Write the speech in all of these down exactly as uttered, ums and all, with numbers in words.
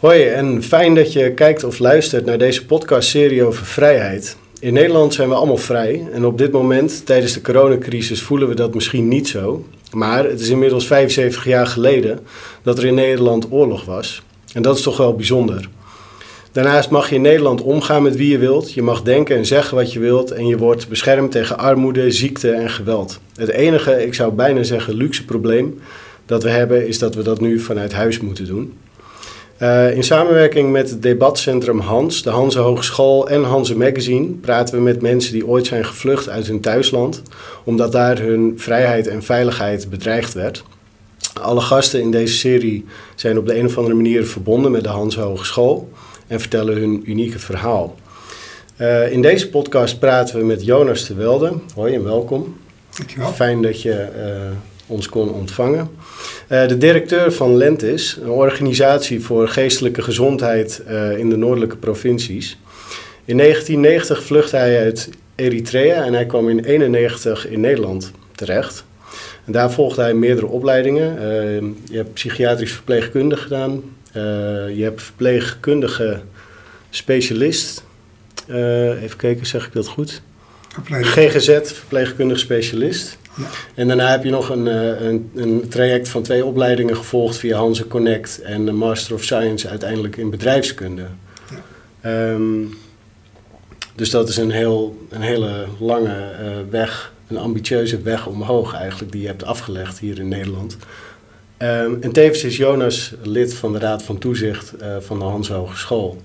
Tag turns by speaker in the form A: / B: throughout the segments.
A: Hoi en fijn dat je kijkt of luistert naar deze podcastserie over vrijheid. In Nederland zijn we allemaal vrij en op dit moment, tijdens de coronacrisis, voelen we dat misschien niet zo. Maar het is inmiddels vijfenzeventig jaar geleden dat er in Nederland oorlog was. En dat is toch wel bijzonder. Daarnaast mag je in Nederland omgaan met wie je wilt. Je mag denken en zeggen wat je wilt en je wordt beschermd tegen armoede, ziekte en geweld. Het enige, ik zou bijna zeggen, luxe probleem dat we hebben is dat we dat nu vanuit huis moeten doen. Uh, in samenwerking met het debatcentrum Hans, de Hanze Hogeschool en Hanze Magazine praten we met mensen die ooit zijn gevlucht uit hun thuisland, omdat daar hun vrijheid en veiligheid bedreigd werd. Alle gasten in deze serie zijn op de een of andere manier verbonden met de Hanze Hogeschool en vertellen hun unieke verhaal. Uh, in deze podcast praten we met Jonas de Welde. Hoi en welkom.
B: Dankjewel.
A: Fijn dat je uh, ons kon ontvangen. Uh, de directeur van Lentis, een organisatie voor geestelijke gezondheid uh, in de noordelijke provincies. In negentien negentig vluchtte hij uit Eritrea en hij kwam in negentien eenennegentig in Nederland terecht. En daar volgde hij meerdere opleidingen. Uh, je hebt psychiatrisch verpleegkundige gedaan. Uh, je hebt verpleegkundige specialist. Uh, even kijken, zeg ik dat goed?
B: Opleiding.
A: G G Z, verpleegkundige specialist. Ja. En daarna heb je nog een, een, een traject van twee opleidingen gevolgd via Hanze Connect en een Master of Science uiteindelijk in bedrijfskunde. Ja. Um, dus dat is een, heel, een hele lange uh, weg, een ambitieuze weg omhoog eigenlijk die je hebt afgelegd hier in Nederland. Um, en tevens is Jonas lid van de Raad van Toezicht uh, van de Hanze Hogeschool.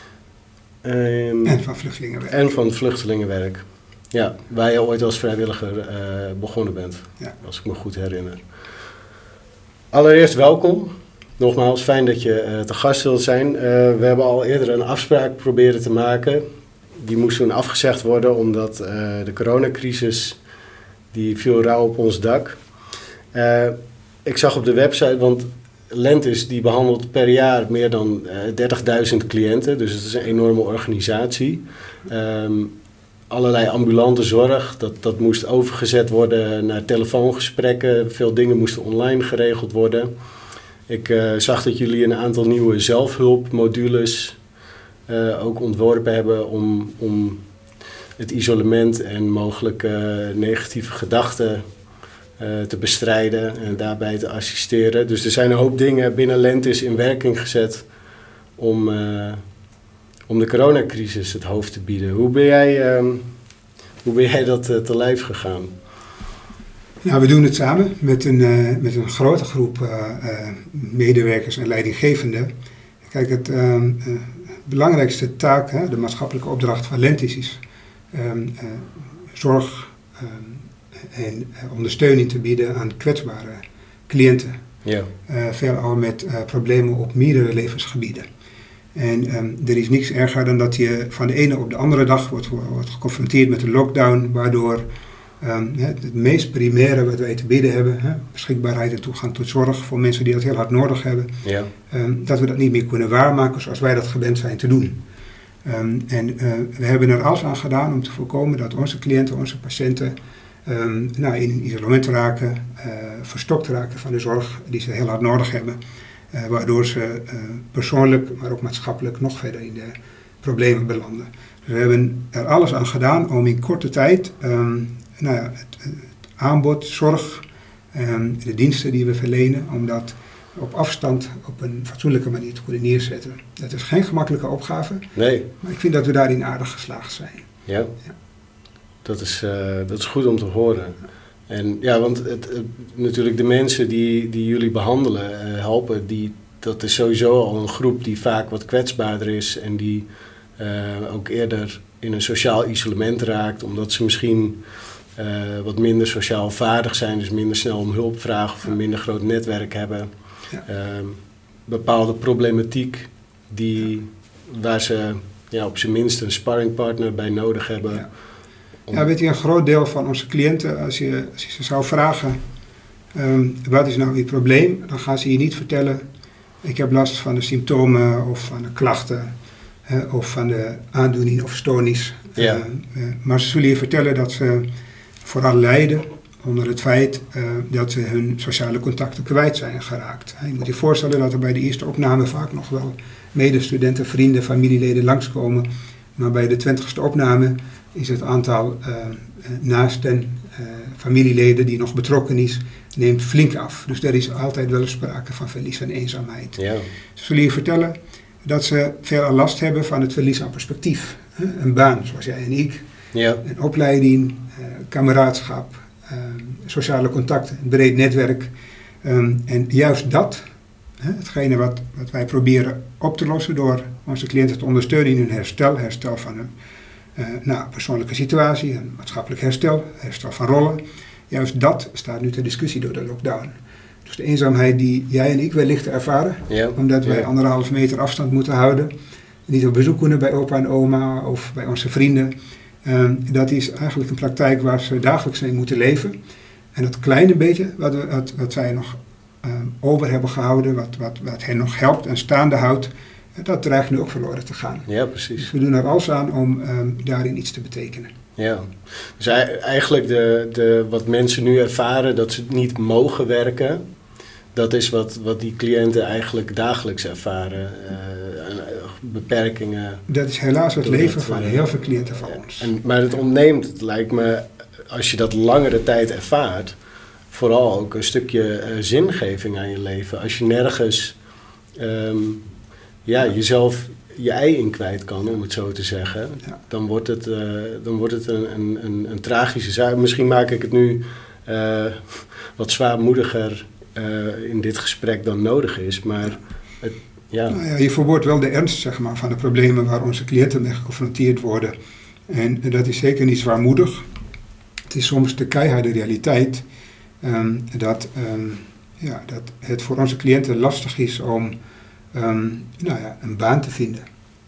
A: Um,
B: en van vluchtelingenwerk.
A: En van vluchtelingenwerk. Ja, waar je ooit als vrijwilliger uh, begonnen bent, ja. Als ik me goed herinner. Allereerst welkom. Nogmaals, fijn dat je uh, te gast wilt zijn. Uh, we hebben al eerder een afspraak proberen te maken. Die moest toen afgezegd worden omdat uh, de coronacrisis, die viel rauw op ons dak. Uh, ik zag op de website, want Lentis die behandelt per jaar meer dan uh, dertigduizend cliënten. Dus het is een enorme organisatie. Um, Allerlei ambulante zorg, dat, dat moest overgezet worden naar telefoongesprekken. Veel dingen moesten online geregeld worden. Ik uh, zag dat jullie een aantal nieuwe zelfhulpmodules uh, ook ontworpen hebben om, om het isolement en mogelijke uh, negatieve gedachten uh, te bestrijden en daarbij te assisteren. Dus er zijn een hoop dingen binnen Lentis in werking gezet om... Uh, om de coronacrisis het hoofd te bieden. Hoe ben jij, um, hoe ben jij dat uh, te lijf gegaan?
B: Nou, we doen het samen met een, uh, met een grote groep uh, uh, medewerkers en leidinggevenden. Kijk, het uh, uh, belangrijkste taak, hè, de maatschappelijke opdracht van Lentis is um, uh, zorg um, en uh, ondersteuning te bieden aan kwetsbare cliënten. Ja. Uh, veelal met uh, problemen op meerdere levensgebieden. En um, er is niks erger dan dat je van de ene op de andere dag wordt, wordt geconfronteerd met een lockdown, waardoor um, het meest primaire wat wij te bieden hebben, hè, beschikbaarheid en toegang tot zorg voor mensen die dat heel hard nodig hebben, ja. um, dat we dat niet meer kunnen waarmaken zoals wij dat gewend zijn te doen. Um, en uh, we hebben er alles aan gedaan om te voorkomen dat onze cliënten, onze patiënten um, nou, in een isolement raken, uh, verstokt raken van de zorg die ze heel hard nodig hebben. Uh, waardoor ze uh, persoonlijk, maar ook maatschappelijk nog verder in de problemen belanden. Dus we hebben er alles aan gedaan om in korte tijd um, nou ja, het, het aanbod, zorg, um, de diensten die we verlenen, om dat op afstand op een fatsoenlijke manier te kunnen neerzetten. Dat is geen gemakkelijke opgave,
A: nee.
B: Maar ik vind dat we daarin aardig geslaagd zijn.
A: Ja, ja. Dat, is, uh, dat is goed om te horen. En ja, want het, het, natuurlijk de mensen die, die jullie behandelen, uh, helpen, die, dat is sowieso al een groep die vaak wat kwetsbaarder is en die uh, ook eerder in een sociaal isolement raakt, omdat ze misschien uh, wat minder sociaal vaardig zijn, dus minder snel om hulp vragen of een minder groot netwerk hebben. Ja. Uh, bepaalde problematiek die, waar ze ja, op zijn minst een sparringpartner bij nodig hebben.
B: Ja. Ja, weet je, een groot deel van onze cliënten, als je, als je ze zou vragen, um, wat is nou je probleem, dan gaan ze je niet vertellen, ik heb last van de symptomen of van de klachten uh, of van de aandoening of stoornis. Ja. Uh, uh, maar ze zullen je vertellen dat ze vooral lijden onder het feit uh, dat ze hun sociale contacten kwijt zijn geraakt. Je moet je voorstellen dat er bij de eerste opname vaak nog wel medestudenten, vrienden, familieleden langskomen. Maar bij de twintigste opname is het aantal uh, naasten, uh, familieleden die nog betrokken is, neemt flink af. Dus er is altijd wel sprake van verlies en eenzaamheid.
A: Ja.
B: Ze zullen je vertellen dat ze veel last hebben van het verlies aan perspectief. Hè? Een baan, zoals jij en ik.
A: Ja.
B: Een opleiding, uh, kameraadschap, uh, sociale contacten, een breed netwerk. Um, en juist dat, hè, hetgene wat, wat wij proberen op te lossen door onze cliënten te ondersteunen in hun herstel, herstel van hun uh, nou, persoonlijke situatie, een maatschappelijk herstel, herstel van rollen. Juist dat staat nu ter discussie door de lockdown. Dus de eenzaamheid die jij en ik wellicht ervaren,
A: Ja.
B: omdat wij
A: Ja.
B: anderhalf meter afstand moeten houden, niet op bezoek kunnen bij opa en oma of bij onze vrienden. Um, dat is eigenlijk een praktijk waar ze dagelijks mee moeten leven. En dat kleine beetje wat, we, wat, wat zij nog um, over hebben gehouden, wat, wat, wat hen nog helpt en staande houdt, dat dreigt nu ook verloren te gaan.
A: Ja, precies.
B: Dus we doen er alles aan om um, daarin iets te betekenen.
A: Ja, dus eigenlijk de, de, wat mensen nu ervaren dat ze niet mogen werken, dat is wat, wat die cliënten eigenlijk dagelijks ervaren. Uh, beperkingen.
B: Dat is helaas het leven
A: dat,
B: van
A: uh,
B: heel veel cliënten van ons.
A: En, maar het ontneemt, het lijkt me, als je dat langere tijd ervaart, vooral ook een stukje uh, zingeving aan je leven. Als je nergens um, ja, jezelf je ei in kwijt kan, om het zo te zeggen, ja. dan wordt het, uh, dan wordt het een, een, een, een tragische zaak. Misschien maak ik het nu uh, wat zwaarmoediger uh, in dit gesprek dan nodig is, maar het, ja.
B: Nou ja, je verwoordt wel de ernst, zeg maar, van de problemen waar onze cliënten mee geconfronteerd worden. En dat is zeker niet zwaarmoedig. Het is soms de keiharde realiteit um, dat, um, ja, dat het voor onze cliënten lastig is om um, nou ja, een baan te vinden.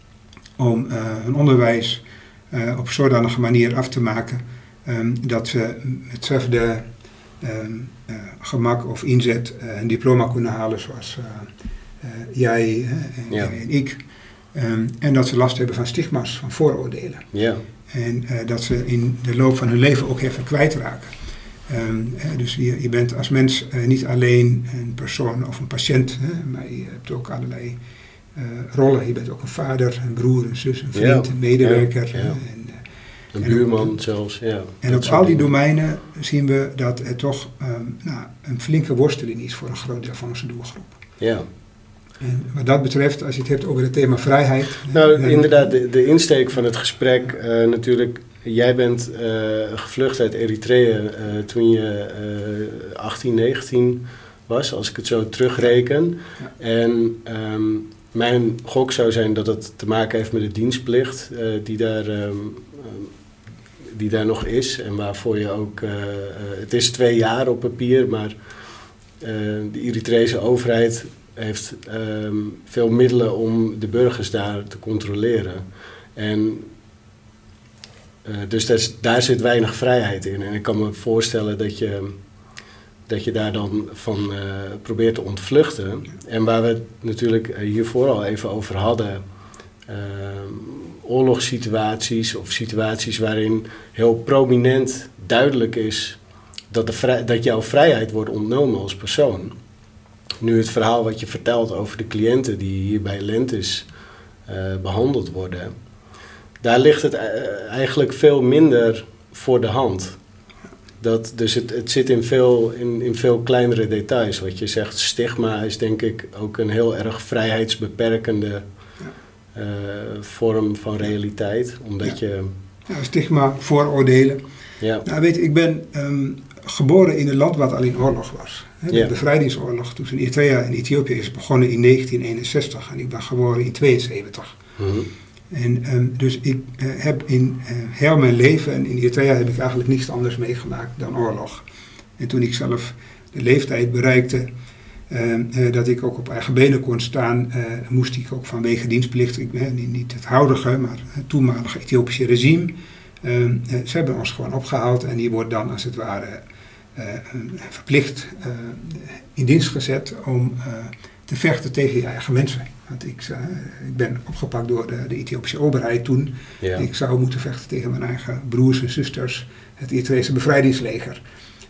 B: Om uh, hun onderwijs uh, op zodanige manier af te maken um, dat ze hetzelfde um, uh, gemak of inzet uh, een diploma kunnen halen zoals uh, uh, jij uh, en,
A: ja.
B: en ik. Um, en dat ze last hebben van stigma's, van vooroordelen.
A: Ja.
B: En uh, dat ze in de loop van hun leven ook even kwijtraken. Um, uh, dus je, je bent als mens uh, niet alleen een persoon of een patiënt, hè, maar je hebt ook allerlei uh, rollen. Je bent ook een vader, een broer, een zus, een vriend,
A: ja.
B: een medewerker.
A: Ja. Ja.
B: En, uh,
A: een buurman
B: en op,
A: zelfs, ja.
B: En op al die domeinen zien we dat het toch um, nou, een flinke worsteling is voor een groot deel van onze doelgroep.
A: Ja.
B: En wat dat betreft, als je het hebt over het thema vrijheid.
A: Nou, hè, inderdaad, de, de insteek van het gesprek, uh, natuurlijk, jij bent uh, gevlucht uit Eritrea uh, toen je uh, achttien, negentien was, als ik het zo terugreken. Ja. En um, mijn gok zou zijn dat het te maken heeft met de dienstplicht uh, die daar... Um, die daar nog is en waarvoor je ook... Uh, uh, het is twee jaar op papier, maar uh, de Eritrese overheid heeft um, veel middelen om de burgers daar te controleren. En uh, dus daar, daar zit weinig vrijheid in. En ik kan me voorstellen dat je, dat je daar dan van uh, probeert te ontvluchten. En waar we het natuurlijk hiervoor al even over hadden... Uh, oorlogssituaties of situaties waarin heel prominent duidelijk is dat, de vrij, dat jouw vrijheid wordt ontnomen als persoon. Nu het verhaal wat je vertelt over de cliënten die hier bij Lentis uh, behandeld worden, daar ligt het uh, eigenlijk veel minder voor de hand. Dat, dus het, het zit in veel, in, in veel kleinere details. Wat je zegt, stigma is denk ik ook een heel erg vrijheidsbeperkende Uh, vorm van realiteit, omdat ja. je...
B: Ja, stigma, vooroordelen.
A: Ja.
B: Nou, weet je, ik ben um, geboren in een land wat al in oorlog was. Hè, de
A: ja.
B: bevrijdingsoorlog tussen Eritrea en Ethiopië is begonnen in negentien eenenzestig en ik ben geboren in tweeënzeventig.
A: Mm-hmm.
B: En um, dus ik uh, heb in uh, heel mijn leven, en in Eritrea heb ik eigenlijk niets anders meegemaakt dan oorlog. En toen ik zelf de leeftijd bereikte, Uh, uh, dat ik ook op eigen benen kon staan, uh, moest ik ook vanwege dienstplicht, ik, uh, niet, niet het huidige, maar het toenmalige Ethiopische regime, uh, uh, ze hebben ons gewoon opgehaald en die wordt dan als het ware uh, verplicht uh, in dienst gezet om uh, te vechten tegen je eigen mensen. Want ik, uh, ik ben opgepakt door de, de Ethiopische overheid toen.
A: Ja.
B: Ik zou moeten vechten tegen mijn eigen broers en zusters, het Eritrese bevrijdingsleger.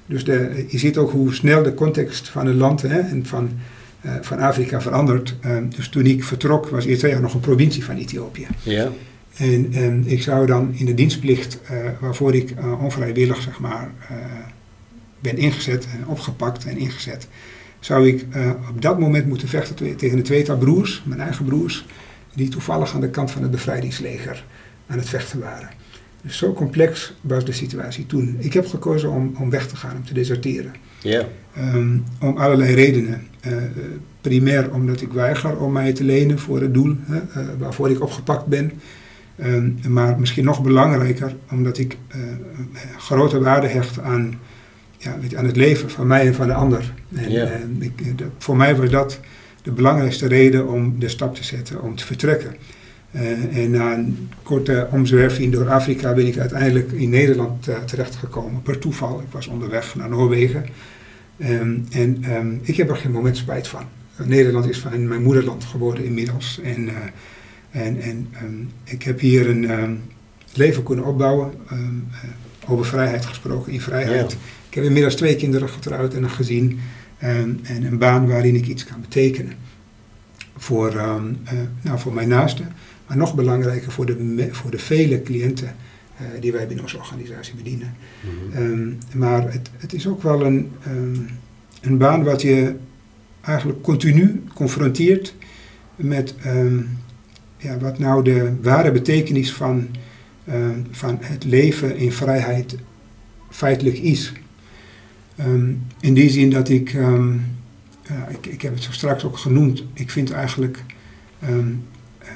B: Dus de, je ziet ook hoe snel de context van een land hè, en van, uh, van Afrika verandert. Uh, dus toen ik vertrok was Eritrea nog een provincie van Ethiopië.
A: Ja.
B: En um, ik zou dan in de dienstplicht, uh, waarvoor ik uh, onvrijwillig zeg maar, uh, ben ingezet en opgepakt en ingezet, zou ik uh, op dat moment moeten vechten tegen een tweetal broers, mijn eigen broers, die toevallig aan de kant van het bevrijdingsleger aan het vechten waren. Dus zo complex was de situatie toen. Ik heb gekozen om, om weg te gaan, om te deserteren.
A: Ja.
B: Um, om allerlei redenen. Uh, primair omdat ik weiger om mij te lenen voor het doel hè, uh, waarvoor ik opgepakt ben. Um, maar misschien nog belangrijker, omdat ik uh, grote waarde hecht aan, ja, weet je, aan het leven van mij en van de ander. En,
A: ja.
B: uh, ik, de, voor mij was dat de belangrijkste reden om de stap te zetten, om te vertrekken. Uh, en na een korte omzwerving door Afrika ben ik uiteindelijk in Nederland uh, terechtgekomen, per toeval. Ik was onderweg naar Noorwegen. Um, en um, ik heb er geen moment spijt van. Uh, Nederland is van mijn moederland geworden inmiddels. En, uh, en, en um, ik heb hier een um, leven kunnen opbouwen, um, uh, over vrijheid gesproken, in vrijheid.
A: Ja.
B: Ik heb inmiddels twee kinderen getrouwd en een gezin. Um, en een baan waarin ik iets kan betekenen. Voor, um, uh, nou, voor mijn naasten. Maar nog belangrijker voor de, voor de vele cliënten uh, die wij binnen onze organisatie bedienen. Mm-hmm. Um, maar het, het is ook wel een, um, een baan wat je eigenlijk continu confronteert met um, ja, wat nou de ware betekenis van, um, van het leven in vrijheid feitelijk is. Um, in die zin dat ik, um, ja, ik, ik heb het zo straks ook genoemd, ik vind eigenlijk um,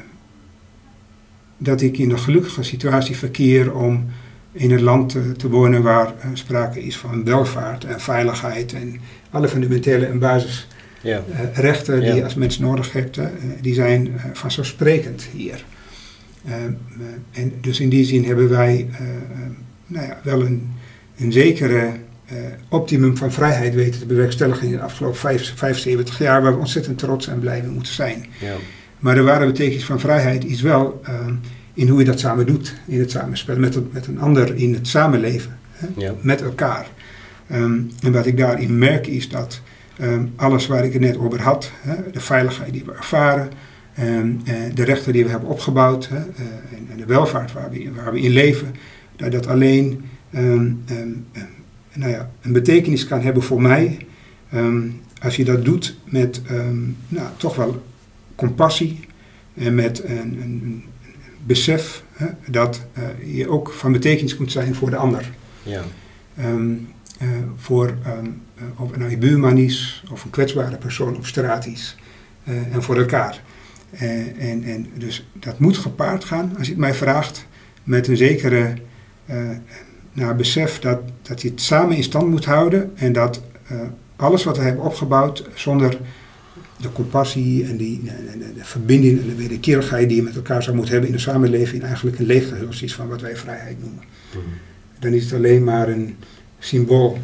B: dat ik in een gelukkige situatie verkeer om in een land te, te wonen waar uh, sprake is van welvaart en veiligheid en alle fundamentele en basisrechten ja. uh, die ja. je als mens nodig hebt, uh, die zijn uh, vanzelfsprekend hier. Uh, uh, en dus in die zin hebben wij uh, uh, nou ja, wel een, een zekere uh, optimum van vrijheid weten te bewerkstelligen in de afgelopen vijf, vijfenzeventig jaar, waar we ontzettend trots en blij mee moeten zijn. Ja. Maar de ware betekenis van vrijheid is wel uh, in hoe je dat samen doet, in het samenspel, met, met een ander in het samenleven, hè, ja. met elkaar. Um, en wat ik daarin merk is dat um, alles waar ik het net over had, hè, de veiligheid die we ervaren, um, uh, de rechten die we hebben opgebouwd hè, uh, en, en de welvaart waar we, waar we in leven, dat dat alleen um, um, uh, nou ja, een betekenis kan hebben voor mij um, als je dat doet met um, nou, toch wel compassie en met een, een, een besef hè, dat uh, je ook van betekenis kunt zijn voor de ander. Ja. Um, uh, voor um, uh, of het nou je buurman is of een kwetsbare persoon op straat is uh, en voor elkaar. Uh, en, en dus dat moet gepaard gaan, als je het mij vraagt, met een zekere uh, nou, besef dat, dat je het samen in stand moet houden en dat uh, alles wat we hebben opgebouwd zonder de compassie en die, de, de, de verbinding en de wederkerigheid die je met elkaar zou moeten hebben in de samenleving eigenlijk een leeggehuls is van wat wij vrijheid noemen. Mm-hmm. Dan is het alleen maar een symbool.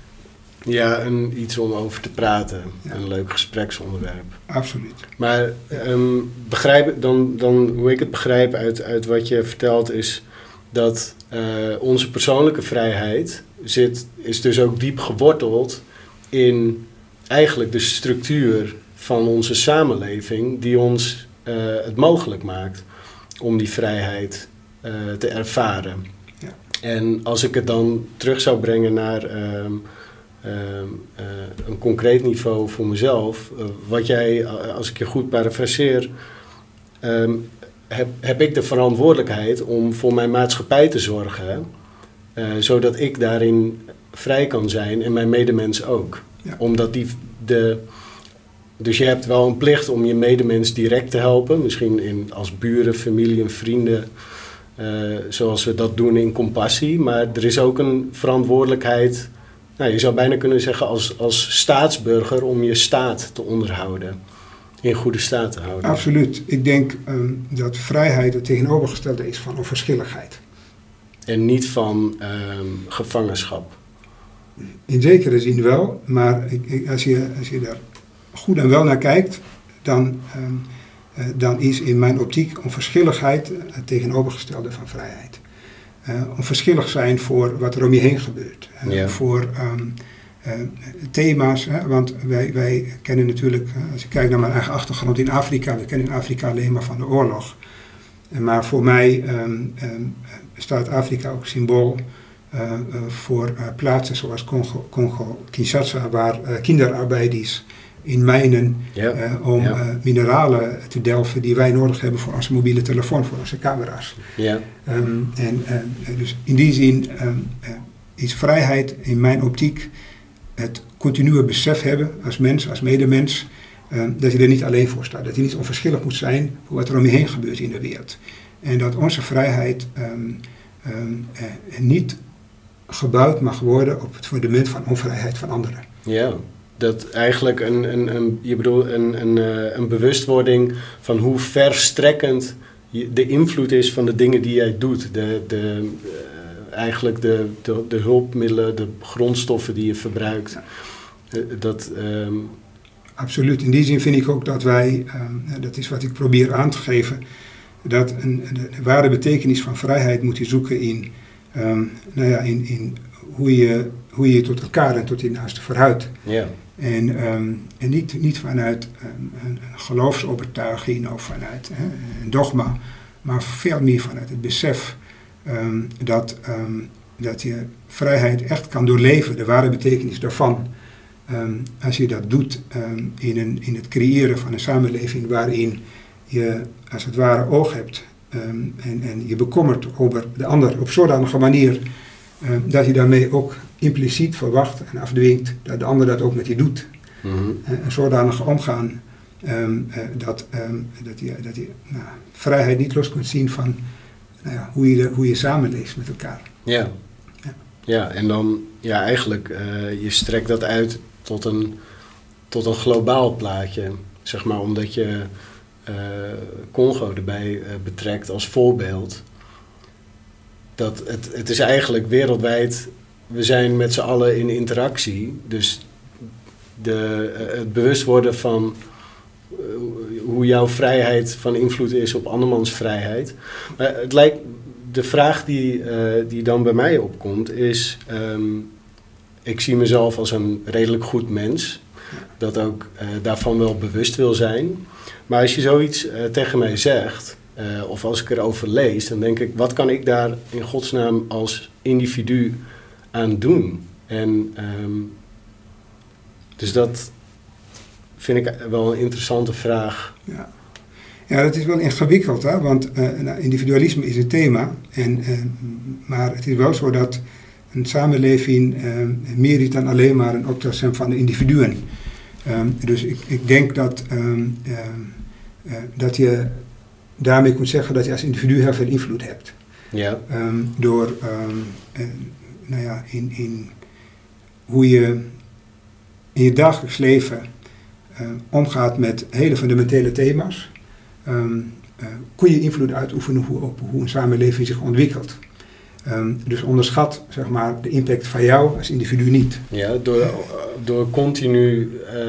A: Ja, een, iets om over te praten. Ja. Een leuk gespreksonderwerp.
B: Absoluut.
A: Maar um, begrijp, dan, dan, hoe ik het begrijp uit, uit wat je vertelt is dat uh, onze persoonlijke vrijheid zit, is dus ook diep geworteld in eigenlijk de structuur van onze samenleving die ons uh, het mogelijk maakt om die vrijheid uh, te ervaren. Ja. En als ik het dan terug zou brengen naar um, um, uh, een concreet niveau voor mezelf, uh, wat jij, als ik je goed parafraseer, um, heb, heb ik de verantwoordelijkheid om voor mijn maatschappij te zorgen, uh, zodat ik daarin vrij kan zijn en mijn medemens ook. Ja. Omdat die de Dus je hebt wel een plicht om je medemens direct te helpen. Misschien in, als buren, familie en vrienden. Uh, zoals we dat doen in compassie. Maar er is ook een verantwoordelijkheid. Nou, je zou bijna kunnen zeggen als, als staatsburger om je staat te onderhouden. In goede staat te houden.
B: Absoluut. Ik denk um, dat vrijheid het tegenovergestelde is van onverschilligheid.
A: En niet van um, gevangenschap.
B: In zekere zin wel. Maar ik, ik, als, je, als je daar goed en wel naar kijkt, dan, um, uh, dan is in mijn optiek onverschilligheid het tegenovergestelde van vrijheid. uh, onverschillig zijn voor wat er om je heen gebeurt. Uh, ja. Voor um, uh, thema's, hè, want wij, wij kennen natuurlijk, uh, als je kijkt naar mijn eigen achtergrond in Afrika, we kennen Afrika alleen maar van de oorlog. Uh, maar voor mij um, um, staat Afrika ook symbool uh, uh, voor uh, plaatsen zoals Congo, Congo Kinshasa, waar uh, kinderarbeid is in mijnen ja, uh, om ja. uh, mineralen te delven die wij nodig hebben voor onze mobiele telefoon, voor onze camera's. Ja. Um, en uh, dus in die zin um, uh, is vrijheid in mijn optiek het continue besef hebben als mens, als medemens, um, dat je er niet alleen voor staat. Dat je niet onverschillig moet zijn voor wat er om je heen gebeurt in de wereld. En dat onze vrijheid um, um, uh, niet gebouwd mag worden op het fundament van onvrijheid van anderen.
A: Ja. Dat eigenlijk een, een, een, je bedoelt een, een, een bewustwording van hoe verstrekkend de invloed is van de dingen die jij doet. De, de, uh, eigenlijk de, de, de hulpmiddelen, de grondstoffen die je verbruikt. Uh, dat, um...
B: Absoluut. In die zin vind ik ook dat wij, um, dat is wat ik probeer aan te geven, dat een, de, de ware betekenis van vrijheid moet je zoeken in, um, nou ja, in, in hoe je hoe je je tot elkaar en tot je naaste verhoudt. Ja. En, um, en niet, niet vanuit um, een, een geloofsovertuiging of vanuit hè, een dogma, maar veel meer vanuit het besef um, dat, um, dat je vrijheid echt kan doorleven, de ware betekenis daarvan. Um, als je dat doet um, in, een, in het creëren van een samenleving waarin je als het ware oog hebt um, en, en je bekommert over de ander op zodanige manier um, dat je daarmee ook impliciet verwacht en afdwingt dat de ander dat ook met je doet. Mm-hmm. Uh, en zodanig omgaan um, uh, dat, um, dat je, dat je nou, vrijheid niet los kunt zien van nou ja, hoe, je de, hoe je samenleeft met elkaar.
A: Ja, ja. ja en dan ja, eigenlijk uh, je strekt dat uit tot een, tot een globaal plaatje, zeg maar, omdat je uh, Congo erbij uh, betrekt als voorbeeld. Dat het, het is eigenlijk wereldwijd. We zijn met z'n allen in interactie, dus de, uh, het bewust worden van uh, hoe jouw vrijheid van invloed is op andermans vrijheid. Maar het lijkt, de vraag die, uh, die dan bij mij opkomt is, um, ik zie mezelf als een redelijk goed mens, dat ook uh, daarvan wel bewust wil zijn. Maar als je zoiets uh, tegen mij zegt, uh, of als ik erover lees, dan denk ik, wat kan ik daar in godsnaam als individu aan doen? En um, dus dat vind ik wel een interessante vraag.
B: Ja, ja dat is wel ingewikkeld, hè? Want uh, nou, individualisme is een thema. En, uh, maar het is wel zo dat een samenleving uh, meer is dan alleen maar een optelsom van de individuen. Um, dus ik, ik denk dat, um, uh, uh, dat je daarmee kunt zeggen dat je als individu heel veel invloed hebt. Ja. Um, door um, uh, nou ja, in, in hoe je in je dagelijks leven uh, omgaat met hele fundamentele thema's, um, uh, kun je invloed uitoefenen hoe, op hoe een samenleving zich ontwikkelt. Um, dus onderschat, zeg maar, de impact van jou als individu niet.
A: Ja, door, door continu uh,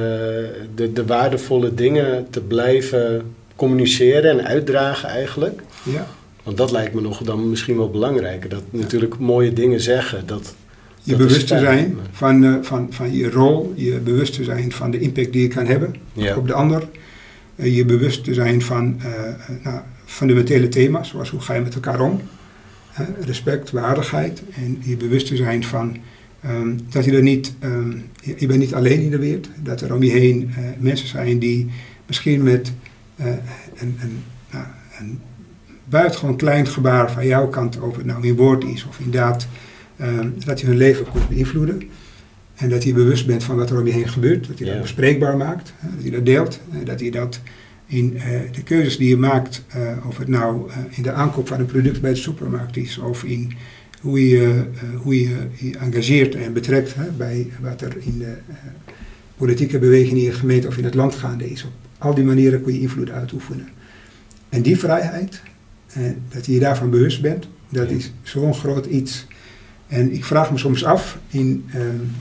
A: de, de waardevolle dingen te blijven communiceren en uitdragen eigenlijk. Ja. Want dat lijkt me nog dan misschien wel belangrijker. Dat ja. natuurlijk mooie dingen zeggen. Dat,
B: je dat bewust te zijn van, uh, van, van je rol. Je bewust te zijn van de impact die je kan hebben ja. op de ander. Uh, je bewust te zijn van uh, nou, fundamentele thema's. Zoals hoe ga je met elkaar om. Uh, respect, waardigheid. En je bewust te zijn van um, dat je er niet... Um, je, je bent niet alleen in de wereld. Dat er om je heen uh, mensen zijn die misschien met uh, een, een, nou, een buitengewoon klein gebaar van jouw kant, of het nou in woord is of in daad, um, dat je hun leven kunt beïnvloeden. En dat je bewust bent van wat er om je heen gebeurt. Dat je ja. dat bespreekbaar maakt. Uh, dat je dat deelt. Uh, dat je dat in uh, de keuzes die je maakt, uh, of het nou uh, in de aankoop van een product bij de supermarkt is, of in hoe je uh, hoe je, je engageert en betrekt hè, bij wat er in de uh, politieke beweging in je gemeente of in het land gaande is. Op al die manieren kun je invloed uitoefenen. En die vrijheid, uh, dat je je daarvan bewust bent, dat ja. is zo'n groot iets. En ik vraag me soms af in, uh,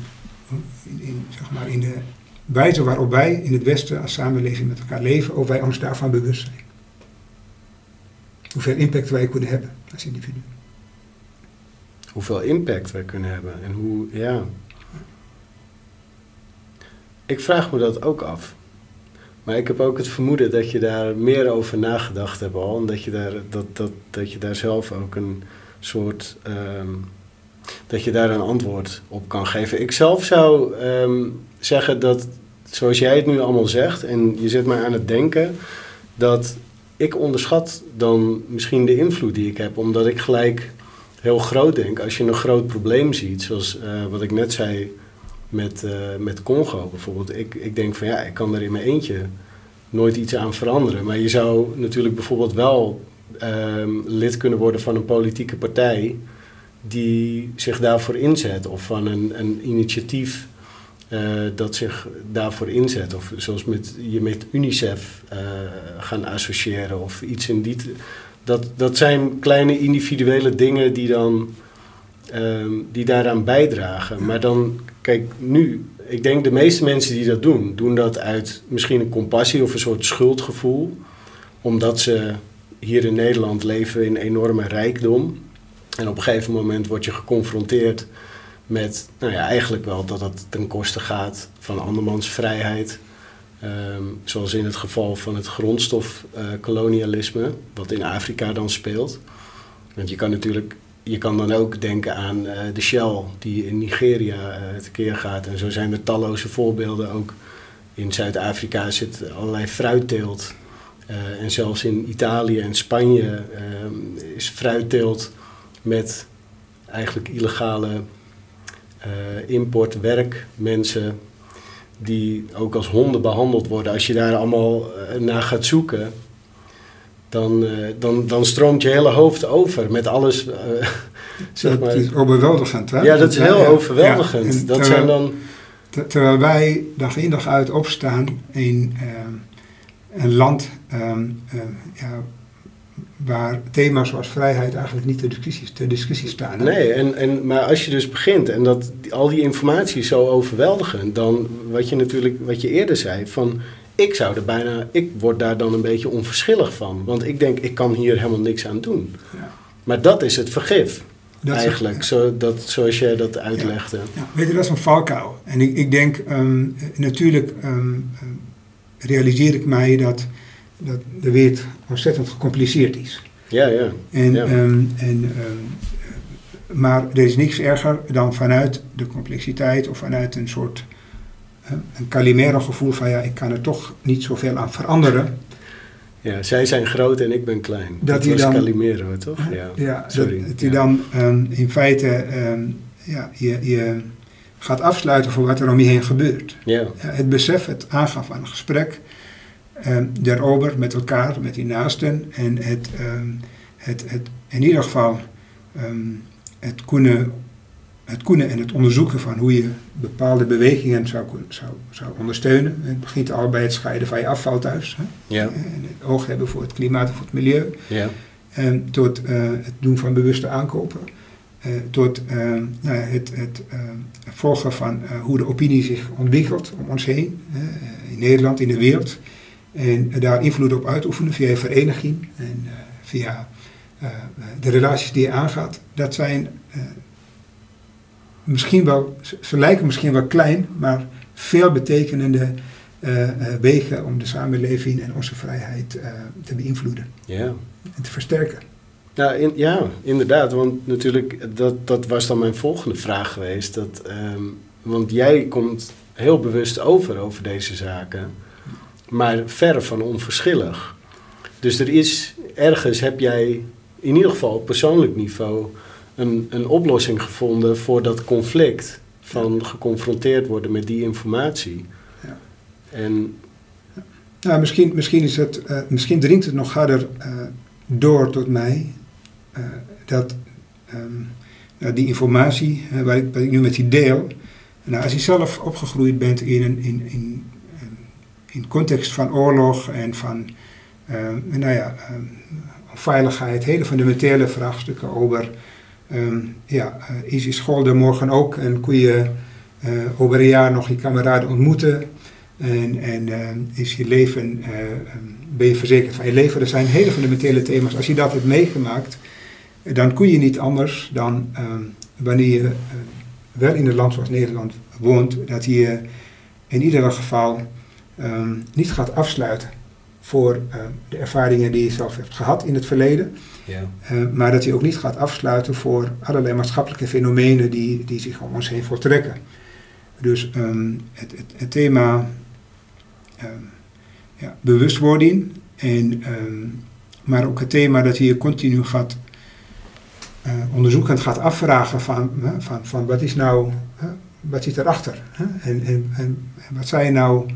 B: in, in, zeg maar in de wijze waarop wij in het Westen als samenleving met elkaar leven, of wij ons daarvan bewust zijn. Hoeveel impact wij kunnen hebben als individu.
A: hoeveel impact wij kunnen hebben. En hoe, ja... Ik vraag me dat ook af. Maar ik heb ook het vermoeden dat je daar meer over nagedacht hebt al. En dat je daar, dat, dat, dat je daar zelf ook een soort... Um, dat je daar een antwoord op kan geven. Ik zelf zou um, zeggen dat, zoals jij het nu allemaal zegt... en je zet mij aan het denken... dat ik onderschat dan misschien de invloed die ik heb. Omdat ik gelijk heel groot denk. Als je een groot probleem ziet, zoals uh, wat ik net zei... Met, uh, met Congo bijvoorbeeld. Ik, ik denk van ja, ik kan er in mijn eentje nooit iets aan veranderen. Maar je zou natuurlijk bijvoorbeeld wel um, lid kunnen worden van een politieke partij die zich daarvoor inzet. Of van een, een initiatief uh, dat zich daarvoor inzet. Of zoals met, je met UNICEF uh, gaan associëren of iets in die... T- dat, dat zijn kleine individuele dingen die dan... Um, die daaraan bijdragen. Maar dan, kijk, nu, ik denk de meeste mensen die dat doen, doen dat uit misschien een compassie of een soort schuldgevoel. Omdat ze hier in Nederland leven in enorme rijkdom. En op een gegeven moment word je geconfronteerd met, nou ja, eigenlijk wel dat dat ten koste gaat van andermans vrijheid. Um, zoals in het geval van het grondstofkolonialisme, uh, wat in Afrika dan speelt. Want je kan natuurlijk... Je kan dan ook denken aan uh, de Shell die in Nigeria uh, tekeer gaat. En zo zijn er talloze voorbeelden. Ook in Zuid-Afrika zit allerlei fruitteelt. Uh, en zelfs in Italië en Spanje uh, is fruitteelt met eigenlijk illegale uh, importwerkmensen die ook als honden behandeld worden. Als je daar allemaal uh, naar gaat zoeken... Dan, uh, dan, dan stroomt je hele hoofd over met alles. Uh, zeg maar.
B: Dat is overweldigend, hè?
A: Ja, dat is heel ja, overweldigend. Ja, dat
B: terwijl,
A: zijn dan...
B: terwijl wij dag in dag uit opstaan in uh, een land um, uh, ja, waar thema's zoals vrijheid eigenlijk niet ter discussie, ter discussie staan. Hè?
A: Nee, en, en, maar als je dus begint en dat al die informatie is zo overweldigend, dan wat je natuurlijk, wat je eerder zei, van... Ik zou er bijna, ik word daar dan een beetje onverschillig van. Want ik denk, ik kan hier helemaal niks aan doen. Ja. Maar dat is het vergif, dat eigenlijk, is, ja. zo, dat, zoals jij dat uitlegde.
B: Ja. Ja. Weet je, dat is een valkuil. En ik, ik denk, um, natuurlijk um, realiseer ik mij dat, dat de wereld ontzettend gecompliceerd is.
A: Ja, ja.
B: En,
A: ja.
B: Um, en, um, maar er is niks erger dan vanuit de complexiteit of vanuit een soort... een Calimero gevoel van ja, ik kan er toch niet zoveel aan veranderen.
A: Ja, zij zijn groot en ik ben klein. Dat, dat was dan, Calimero, toch? Ja,
B: ja sorry. Dat, dat ja. je dan um, in feite um, ja, je, je gaat afsluiten voor wat er om je heen gebeurt.
A: Ja.
B: Ja, het besef, het aangaan van een gesprek, um, daarover met elkaar, met die naasten en het, um, het, het in ieder geval um, het kunnen Het kunnen en het onderzoeken van hoe je bepaalde bewegingen zou, zou, zou ondersteunen. Het begint al bij het scheiden van je afval thuis. Hè?
A: Ja.
B: En het oog hebben voor het klimaat en voor het milieu.
A: Ja.
B: En tot uh, het doen van bewuste aankopen. Uh, tot uh, nou ja, het, het uh, volgen van uh, hoe de opinie zich ontwikkelt om ons heen. Uh, in Nederland, in de wereld. En uh, daar invloed op uitoefenen via je vereniging. En uh, via uh, de relaties die je aangaat. Dat zijn... Uh, Misschien wel, ze lijken misschien wel klein, maar veel betekenende uh, uh, wegen om de samenleving en onze vrijheid uh, te beïnvloeden.
A: Ja.
B: En te versterken.
A: Ja, in, ja, inderdaad. Want natuurlijk, dat, dat was dan mijn volgende vraag geweest. Dat, um, want jij komt heel bewust over, over deze zaken. Maar verre van onverschillig. Dus er is, ergens heb jij in ieder geval op persoonlijk niveau... Een, een oplossing gevonden voor dat conflict van ja. geconfronteerd worden met die informatie. Ja. En
B: ja. Nou, misschien, misschien, is het, uh, misschien dringt het nog harder uh, door tot mij uh, dat um, uh, die informatie uh, waar, ik, waar ik nu met je deel, nou, als je zelf opgegroeid bent in een in, in, in context van oorlog en van uh, nou ja, um, veiligheid, hele fundamentele vraagstukken over Um, ja, uh, is je school er morgen ook en kun je uh, over een jaar nog je kameraden ontmoeten en, en uh, is je leven, uh, um, ben je verzekerd van je leven. Dat zijn hele fundamentele thema's. Als je dat hebt meegemaakt, dan kun je niet anders dan um, wanneer je uh, wel in een land zoals Nederland woont, dat je in ieder geval um, niet gaat afsluiten voor uh, de ervaringen die je zelf hebt gehad in het verleden.
A: Ja.
B: Uh, maar dat je ook niet gaat afsluiten voor allerlei maatschappelijke fenomenen die, die zich om ons heen voltrekken. Dus um, het, het, het thema um, ja, bewustwording, en, um, maar ook het thema dat je continu gaat uh, onderzoeken en gaat afvragen van, uh, van, van wat is nou, uh, wat zit erachter? Huh? En, en, en wat zijn nou,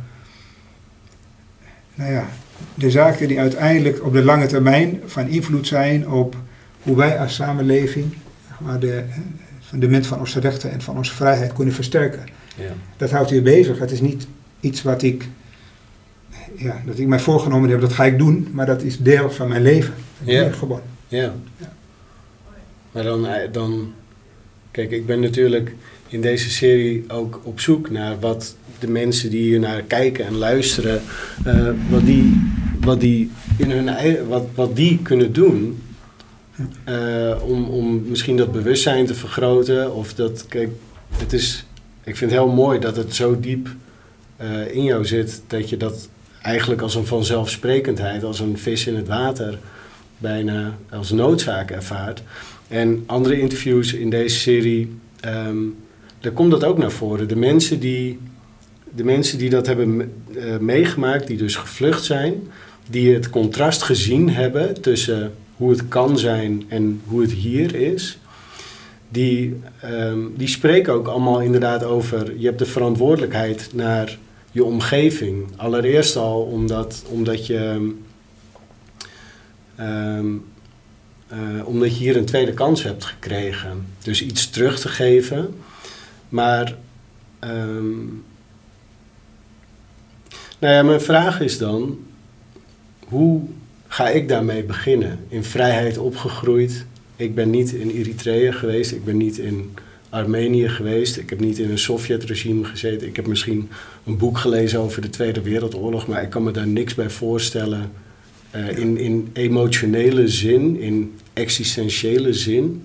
B: nou ja, de zaken die uiteindelijk op de lange termijn van invloed zijn op hoe wij als samenleving, zeg maar, de fundament van onze rechten en van onze vrijheid kunnen versterken. Ja. Dat houdt je bezig. Het is niet iets wat ik, ja, dat ik mij voorgenomen heb, dat ga ik doen, maar dat is deel van mijn leven.
A: Ja.
B: Gewoon.
A: Ja. Ja. Maar dan, dan, kijk, ik ben natuurlijk in deze serie ook op zoek naar wat de mensen die hier naar kijken en luisteren, uh, wat die, wat die in hun eigen, wat, wat die kunnen doen, uh, om, om misschien dat bewustzijn te vergroten. Of dat, kijk, het is, ik vind het heel mooi dat het zo diep uh, in jou zit, dat je dat eigenlijk als een vanzelfsprekendheid, als een vis in het water, bijna als noodzaak ervaart. En andere interviews in deze serie, um, daar komt dat ook naar voren. De mensen die, de mensen die dat hebben me, uh, meegemaakt, die dus gevlucht zijn, die het contrast gezien hebben tussen hoe het kan zijn en hoe het hier is, die, um, die spreken ook allemaal inderdaad over, je hebt de verantwoordelijkheid naar je omgeving. Allereerst al omdat, omdat je um, uh, omdat je hier een tweede kans hebt gekregen. Dus iets terug te geven. Maar um, nou ja, mijn vraag is dan, hoe ga ik daarmee beginnen? In vrijheid opgegroeid. Ik ben niet in Eritrea geweest. Ik ben niet in Armenië geweest. Ik heb niet in een Sovjet-regime gezeten. Ik heb misschien een boek gelezen over de Tweede Wereldoorlog, maar ik kan me daar niks bij voorstellen. Uh, in, in emotionele zin, in existentiële zin.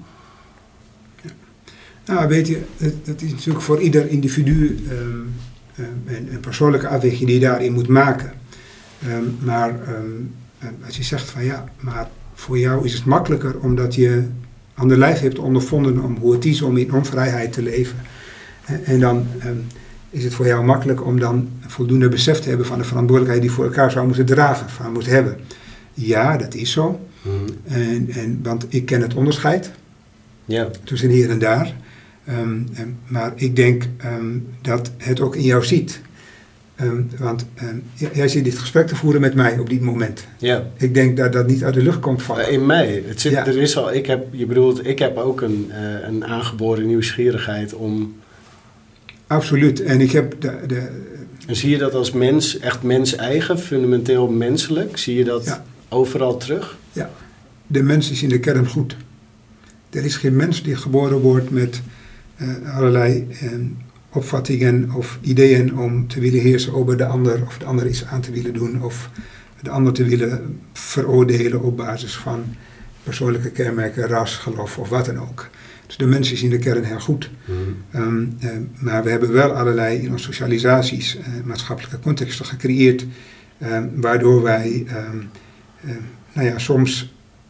B: Ja. Nou, weet je, het, het is natuurlijk voor ieder individu um, um, een, een persoonlijke afweging die je daarin moet maken. Um, maar um, als je zegt van ja, maar voor jou is het makkelijker omdat je aan de lijf hebt ondervonden om hoe het is om in onvrijheid te leven. En, en dan um, is het voor jou makkelijk om dan voldoende besef te hebben van de verantwoordelijkheid die voor elkaar zou moeten dragen, van moet hebben. Ja, dat is zo. Mm-hmm. En, en, want ik ken het onderscheid yeah. tussen hier en daar. Um, en, maar ik denk um, dat het ook in jou ziet. Um, want um, jij zit dit gesprek te voeren met mij op dit moment. Ja. Ik denk dat dat niet uit de lucht komt vallen.
A: In mij. Het zit, ja. Er is al, ik heb, je bedoelt, ik heb ook een, uh, een aangeboren nieuwsgierigheid om.
B: Absoluut. En ik heb de, de.
A: En zie je dat als mens, echt mens-eigen, fundamenteel menselijk? Zie je dat ja. overal terug?
B: Ja. De mens is in de kern goed. Er is geen mens die geboren wordt met uh, allerlei uh, opvattingen of ideeën om te willen heersen over de ander, of de ander iets aan te willen doen, of de ander te willen veroordelen op basis van persoonlijke kenmerken, ras, geloof of wat dan ook. Dus de mens is in de kern heel goed. Mm. Um, uh, maar we hebben wel allerlei in onze socialisaties uh, maatschappelijke contexten gecreëerd, um, waardoor wij um, uh, nou ja, soms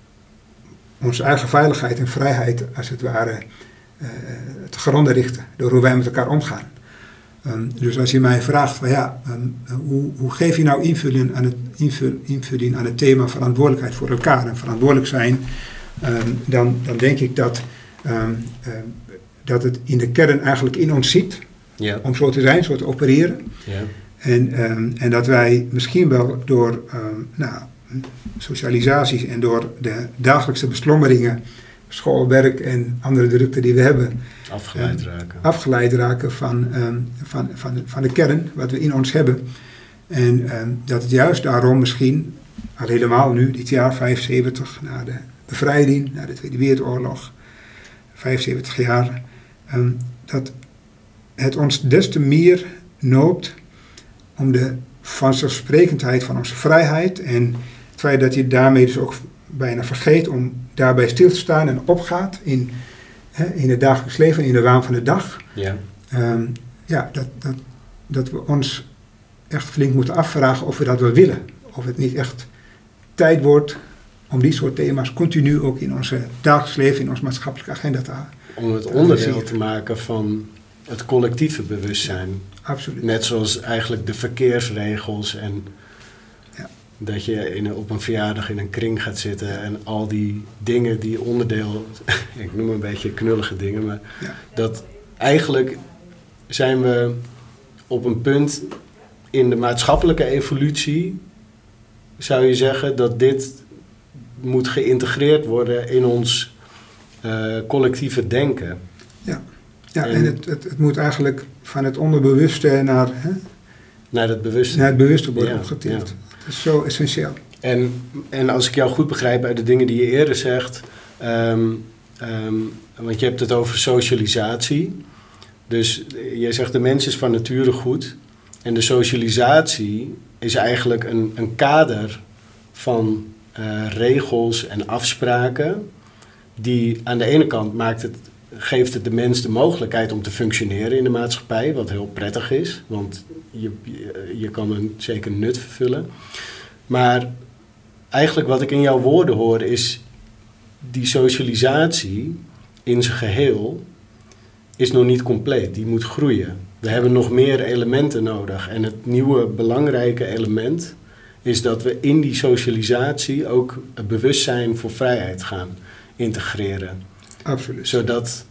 B: onze eigen veiligheid en vrijheid als het ware uh, te gronden richten door hoe wij met elkaar omgaan. Um, dus als je mij vraagt van ja, um, hoe, hoe geef je nou invulling aan, het, invul, invulling aan het thema verantwoordelijkheid voor elkaar en verantwoordelijk zijn, um, dan, dan denk ik dat Um, um, dat het in de kern eigenlijk in ons zit, ja. om zo te zijn, zo te opereren. Ja. En, um, en dat wij misschien wel door um, nou, socialisaties en door de dagelijkse beslommeringen, school, werk en andere drukte die we hebben,
A: afgeleid
B: um,
A: raken,
B: afgeleid raken van, um, van, van, van de kern, wat we in ons hebben. En um, dat het juist daarom misschien, al helemaal nu, dit jaar vijfenzeventig, na de bevrijding, na de Tweede Wereldoorlog, vijfenzeventig jaar, um, dat het ons des te meer noopt om de vanzelfsprekendheid van onze vrijheid en het feit dat je daarmee dus ook bijna vergeet om daarbij stil te staan en opgaat in hè, in het dagelijks leven, in de waan van de dag.
A: Ja,
B: Um, ja dat, dat, dat we ons echt flink moeten afvragen of we dat wel willen. Of het niet echt tijd wordt om die soort thema's continu ook in ons dagelijks leven, in onze maatschappelijke agenda te halen.
A: Om het onderdeel te maken van het collectieve bewustzijn.
B: Absoluut.
A: Net zoals eigenlijk de verkeersregels en ja. dat je in een, op een verjaardag in een kring gaat zitten en al die dingen die onderdeel, ik noem een beetje knullige dingen, maar ja. dat eigenlijk zijn we op een punt in de maatschappelijke evolutie, zou je zeggen, dat dit moet geïntegreerd worden in ons uh, collectieve denken.
B: Ja, ja en, en het, het, het moet eigenlijk van het onderbewuste naar, hè,
A: naar, het, bewuste.
B: naar het bewuste worden
A: ja,
B: opgetild.
A: Ja.
B: Dat is zo essentieel.
A: En, en als ik jou goed begrijp uit de dingen die je eerder zegt, um, um, want je hebt het over socialisatie. Dus jij zegt de mens is van nature goed. En de socialisatie is eigenlijk een, een kader van uh, regels en afspraken die aan de ene kant maakt het, geeft het de mens de mogelijkheid om te functioneren in de maatschappij, wat heel prettig is, want je, je, je kan een zeker nut vervullen. Maar eigenlijk wat ik in jouw woorden hoor is die socialisatie in zijn geheel is nog niet compleet, die moet groeien. We hebben nog meer elementen nodig en het nieuwe belangrijke element is dat we in die socialisatie ook het bewustzijn voor vrijheid gaan integreren.
B: Absoluut.
A: Zodat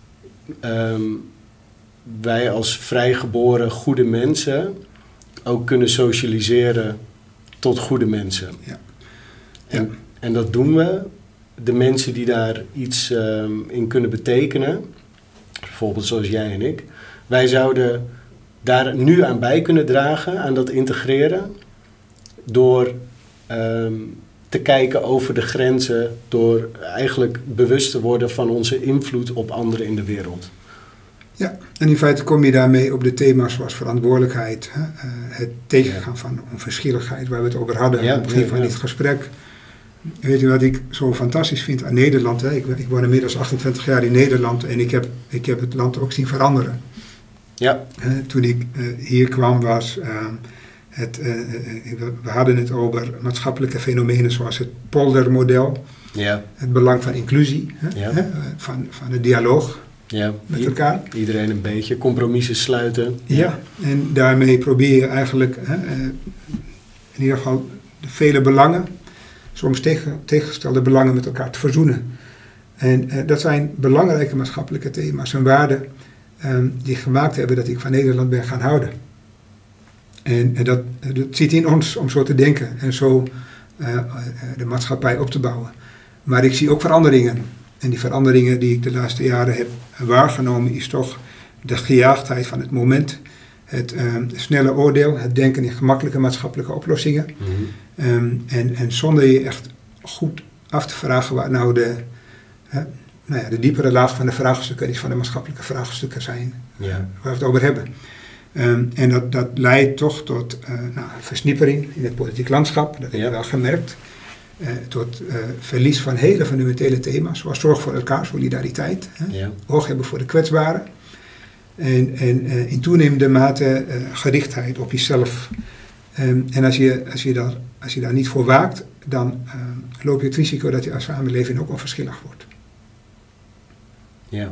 A: um, wij als vrijgeboren goede mensen ook kunnen socialiseren tot goede mensen.
B: Ja.
A: En,
B: ja.
A: en dat doen we. De mensen die daar iets um, in kunnen betekenen, bijvoorbeeld zoals jij en ik, wij zouden daar nu aan bij kunnen dragen, aan dat integreren, door um, te kijken over de grenzen, door eigenlijk bewust te worden van onze invloed op anderen in de wereld.
B: Ja, en in feite kom je daarmee op de thema's zoals verantwoordelijkheid, hè? Uh, het tegengaan ja. van onverschilligheid, waar we het over hadden ja, aan het begin ja, van ja. dit gesprek. Weet je wat ik zo fantastisch vind aan Nederland? Hè? Ik, ik woon inmiddels achtentwintig jaar in Nederland en ik heb, ik heb het land ook zien veranderen.
A: Ja.
B: Uh, toen ik uh, hier kwam was, uh, het, uh, uh, we hadden het over maatschappelijke fenomenen zoals het poldermodel,
A: ja.
B: het belang van inclusie, hè?
A: Ja.
B: Hè? Van, van de dialoog
A: ja.
B: met I- elkaar.
A: Iedereen een beetje, compromissen sluiten.
B: Ja, ja. En daarmee probeer je eigenlijk hè, uh, in ieder geval de vele belangen, soms tegen, tegengestelde belangen met elkaar te verzoenen. En uh, dat zijn belangrijke maatschappelijke thema's en waarden um, die gemaakt hebben dat ik van Nederland ben gaan houden. En, en dat, dat zit in ons om zo te denken en zo uh, uh, de maatschappij op te bouwen. Maar ik zie ook veranderingen. En die veranderingen die ik de laatste jaren heb waargenomen is toch de gejaagdheid van het moment. Het uh, snelle oordeel, het denken in gemakkelijke maatschappelijke oplossingen. Mm-hmm. Um, en, en zonder je echt goed af te vragen waar nou de, uh, nou ja, de diepere laag van de vraagstukken is, van de maatschappelijke vraagstukken zijn,
A: ja.
B: waar we het over hebben. Um, en dat, dat leidt toch tot uh, nou, versnippering in het politiek landschap, dat heb je ja. wel gemerkt. Uh, tot uh, verlies van hele fundamentele thema's, zoals zorg voor elkaar, solidariteit, hè? Ja. Oog hebben voor de kwetsbaren. En, en uh, in toenemende mate uh, gerichtheid op jezelf. Um, en als je, als, je daar, als je daar niet voor waakt, dan uh, loop je het risico dat je als samenleving ook onverschillig wordt.
A: Ja.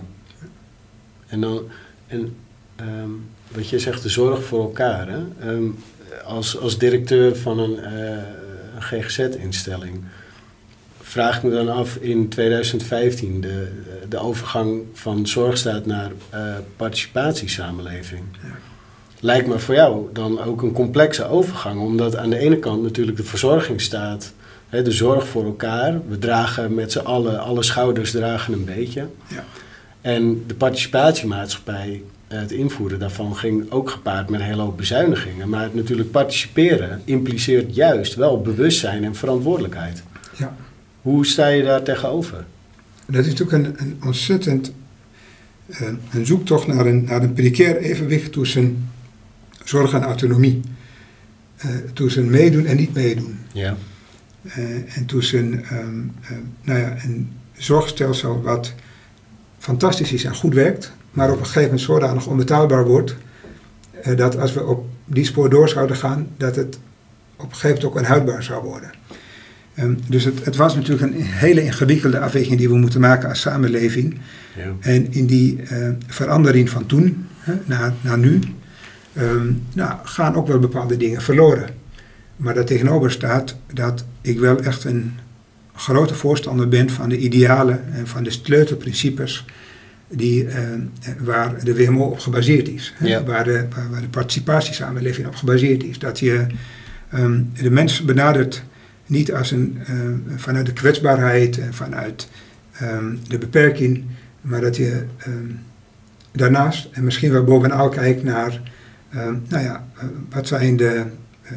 A: En dan, en, um, wat je zegt, de zorg voor elkaar. Hè? Um, als, als directeur van een, uh, een G G Z-instelling vraag ik me dan af in twintig vijftien de, de overgang van zorgstaat naar uh, participatiesamenleving. Ja. Lijkt me voor jou dan ook een complexe overgang, omdat aan de ene kant natuurlijk de verzorgingsstaat, hè, de zorg voor elkaar, we dragen met z'n allen, alle schouders dragen een beetje.
B: Ja.
A: En de participatiemaatschappij, het invoeren daarvan ging ook gepaard met een hele hoop bezuinigingen. Maar het natuurlijk participeren impliceert juist wel bewustzijn en verantwoordelijkheid.
B: Ja.
A: Hoe sta je daar tegenover?
B: Dat is natuurlijk een, een ontzettend uh, een zoektocht naar een, naar een precair evenwicht tussen zorg en autonomie. Uh, tussen meedoen en niet meedoen.
A: Ja.
B: Uh, en tussen um, uh, nou ja, een zorgstelsel wat fantastisch is en goed werkt, maar op een gegeven moment zodanig onbetaalbaar wordt, uh, dat als we op die spoor door zouden gaan, dat het op een gegeven moment ook onhoudbaar zou worden. Um, dus het, het was natuurlijk een hele ingewikkelde afweging die we moeten maken als samenleving. Ja. En in die uh, verandering van toen hè, naar, naar nu, um, nou, gaan ook wel bepaalde dingen verloren. Maar daar tegenover staat dat ik wel echt een grote voorstander ben van de idealen en van de sleutelprincipes die, uh, waar de W M O op gebaseerd is. Hè, ja. waar, de, waar, waar de participatiesamenleving op gebaseerd is. Dat je um, de mens benadert niet als een, uh, vanuit de kwetsbaarheid en vanuit um, de beperking, maar dat je um, daarnaast en misschien wel bovenal kijkt naar, um, nou ja, uh, wat zijn de, uh,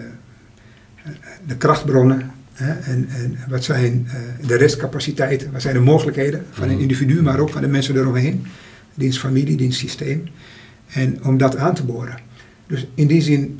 B: de krachtbronnen hè, en, en wat zijn uh, de restcapaciteiten, wat zijn de mogelijkheden van een individu, maar ook van de mensen eromheen, diens familie, diens systeem, en om dat aan te boren. Dus in die zin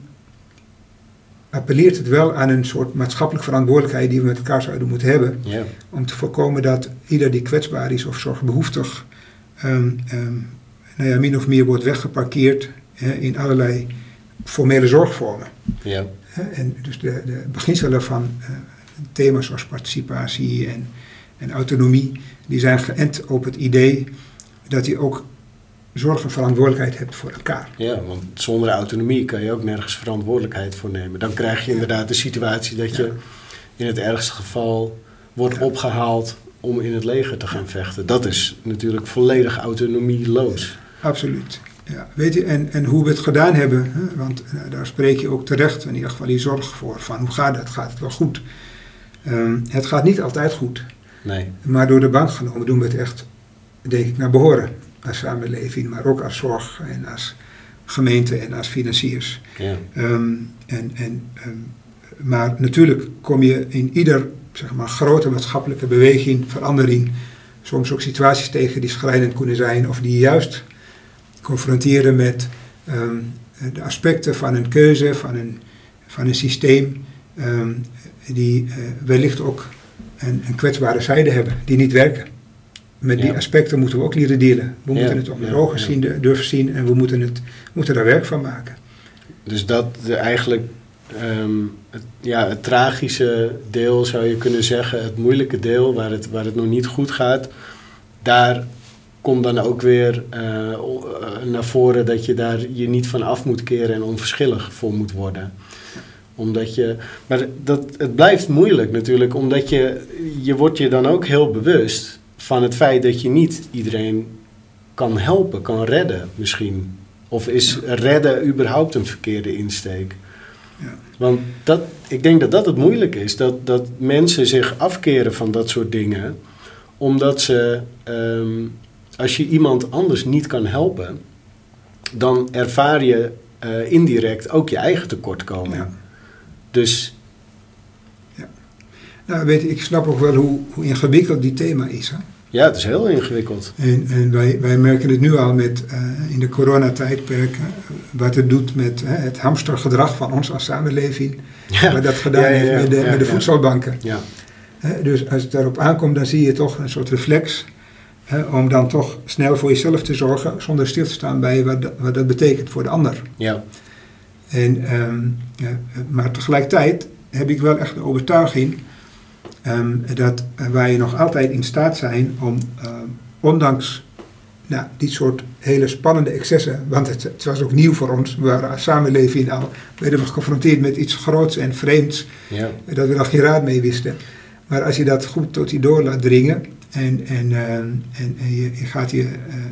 B: appelleert het wel aan een soort maatschappelijke verantwoordelijkheid die we met elkaar zouden moeten hebben. Yeah. Om te voorkomen dat ieder die kwetsbaar is of zorgbehoeftig um, um, nou ja, min of meer wordt weggeparkeerd uh, in allerlei formele zorgvormen. Yeah. Uh, en dus de, de beginselen van uh, thema's zoals participatie en, en autonomie, die zijn geënt op het idee dat je ook zorg en verantwoordelijkheid hebt voor elkaar.
A: Ja, want zonder autonomie kan je ook nergens verantwoordelijkheid voor nemen. Dan krijg je inderdaad de situatie dat je ja. in het ergste geval wordt ja. opgehaald om in het leger te gaan vechten. Dat is natuurlijk volledig autonomieloos.
B: Ja, absoluut. Ja, weet je, en, en hoe we het gedaan hebben, hè, want nou, daar spreek je ook terecht in ieder geval die zorg voor. Van hoe gaat het? Gaat het wel goed? Um, het gaat niet altijd goed. Nee. Maar door de bank genomen doen we het echt, denk ik, naar behoren. Als samenleving, maar ook als zorg en als gemeente en als financiers. Ja. Um, en, en, um, maar natuurlijk kom je in ieder zeg maar, grote maatschappelijke beweging, verandering, soms ook situaties tegen die schrijnend kunnen zijn of die juist confronteren met um, de aspecten van een keuze, van een, van een systeem, um, die uh, wellicht ook een, een kwetsbare zijde hebben, die niet werken. Met die ja. aspecten moeten we ook leren delen. We ja, moeten het onder ja, ogen ja. zien, durven zien en we moeten, het, moeten daar werk van maken.
A: Dus dat de eigenlijk um, het, ja, het tragische deel zou je kunnen zeggen, het moeilijke deel waar het, waar het nog niet goed gaat, daar komt dan ook weer uh, naar voren dat je daar je niet van af moet keren en onverschillig voor moet worden. Omdat je, maar dat, het blijft moeilijk natuurlijk, omdat je, je wordt je dan ook heel bewust van het feit dat je niet iedereen kan helpen, kan redden misschien. Of is ja. redden überhaupt een verkeerde insteek? Ja. Want dat, ik denk dat dat het moeilijk is. Dat, dat mensen zich afkeren van dat soort dingen. Omdat ze, um, als je iemand anders niet kan helpen, dan ervaar je uh, indirect ook je eigen tekortkoming. Ja. Dus
B: ja. Nou, weet je, ik snap ook wel hoe, hoe ingewikkeld die thema is. Hè?
A: Ja, het is heel ingewikkeld.
B: En, en wij, wij merken het nu al met, uh, in de coronatijdperk, uh, wat het doet met uh, het hamstergedrag van ons als samenleving. Ja. Wat dat gedaan ja, ja, ja, heeft met de, ja, met de voedselbanken. Ja. Uh, dus als het daarop aankomt, dan zie je toch een soort reflex uh, om dan toch snel voor jezelf te zorgen, zonder stil te staan bij wat, wat dat betekent voor de ander. Ja. En, um, uh, maar tegelijkertijd heb ik wel echt de overtuiging Um, dat uh, wij nog altijd in staat zijn om, uh, ondanks nou, dit soort hele spannende excessen, want het, het was ook nieuw voor ons, we waren als samenleving al, werden we geconfronteerd met iets groots en vreemds, ja. dat we nog geen raad mee wisten. Maar als je dat goed tot je door laat dringen en, en, uh, en, en je, je gaat je uh,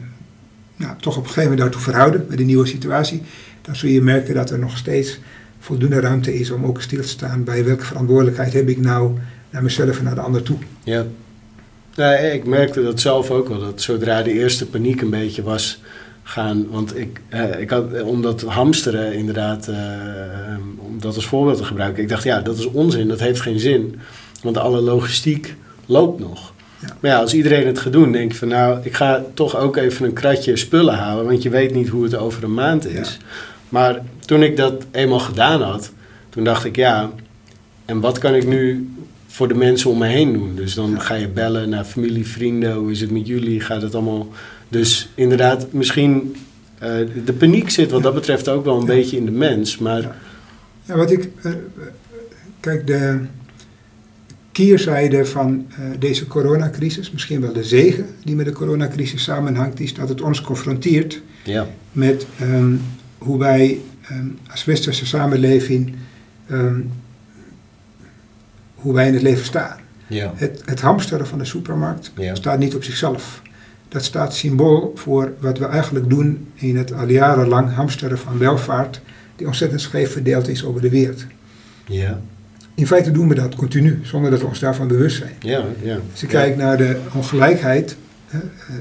B: nou, toch op een gegeven moment daartoe verhouden met de nieuwe situatie, dan zul je merken dat er nog steeds voldoende ruimte is om ook stil te staan bij welke verantwoordelijkheid heb ik nou naar mezelf en naar de ander toe.
A: Ja. ja, ik merkte dat zelf ook wel, dat zodra de eerste paniek een beetje was gaan, want ik, eh, ik had, om dat hamsteren inderdaad, uh, om dat als voorbeeld te gebruiken, ik dacht ja, dat is onzin, dat heeft geen zin, want alle logistiek loopt nog. Ja. Maar ja, als iedereen het gaat doen, denk je van nou, ik ga toch ook even een kratje spullen halen, want je weet niet hoe het over een maand is. Ja. Maar toen ik dat eenmaal gedaan had, toen dacht ik ja, en wat kan ik nu voor de mensen om me heen doen? Dus dan ja. ga je bellen naar familie, vrienden, hoe is het met jullie? Gaat het allemaal Dus inderdaad, misschien... Uh, de paniek zit wat ja. dat betreft ook wel een ja. beetje in de mens, maar...
B: Ja, ja wat ik... Uh, kijk, de keerzijde van uh, deze coronacrisis, misschien wel de zegen die met de coronacrisis samenhangt, is dat het ons confronteert ja. met um, hoe wij um, als westerse samenleving, um, hoe wij in het leven staan. Ja. Het, het hamsteren van de supermarkt ja. staat niet op zichzelf. Dat staat symbool voor wat we eigenlijk doen in het al jarenlang hamsteren van welvaart, die ontzettend scheef verdeeld is over de wereld. Ja. In feite doen we dat continu, zonder dat we ons daarvan bewust zijn.
A: Ja, ja.
B: Als je ja. kijkt naar de ongelijkheid, hè, uh,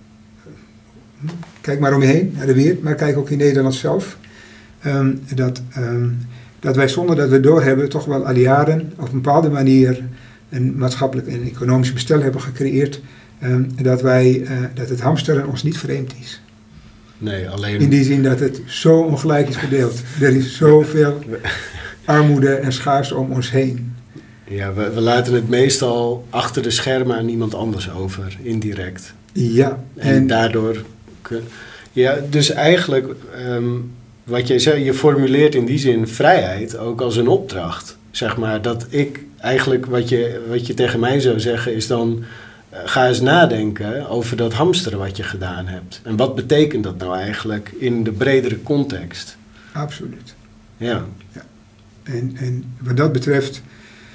B: kijk maar om je heen, naar de wereld, maar kijk ook in Nederland zelf. Um, dat, um, dat wij zonder dat we doorhebben toch wel al jaren op een bepaalde manier een maatschappelijk en economisch bestel hebben gecreëerd. Um, dat, wij, uh, dat het hamsteren ons niet vreemd is.
A: Nee, alleen...
B: In die zin dat het zo ongelijk is verdeeld. Er is zoveel armoede en schaarste om ons heen.
A: Ja, we, we laten het meestal achter de schermen aan iemand anders over, indirect.
B: Ja.
A: En, en daardoor... Ja, dus eigenlijk, um, wat jij zei, je formuleert in die zin vrijheid ook als een opdracht. Zeg maar, dat ik eigenlijk, wat je, wat je tegen mij zou zeggen, is dan... Uh, ga eens nadenken over dat hamsteren wat je gedaan hebt. En wat betekent dat nou eigenlijk in de bredere context?
B: Absoluut.
A: Ja.
B: ja. En, en wat dat betreft...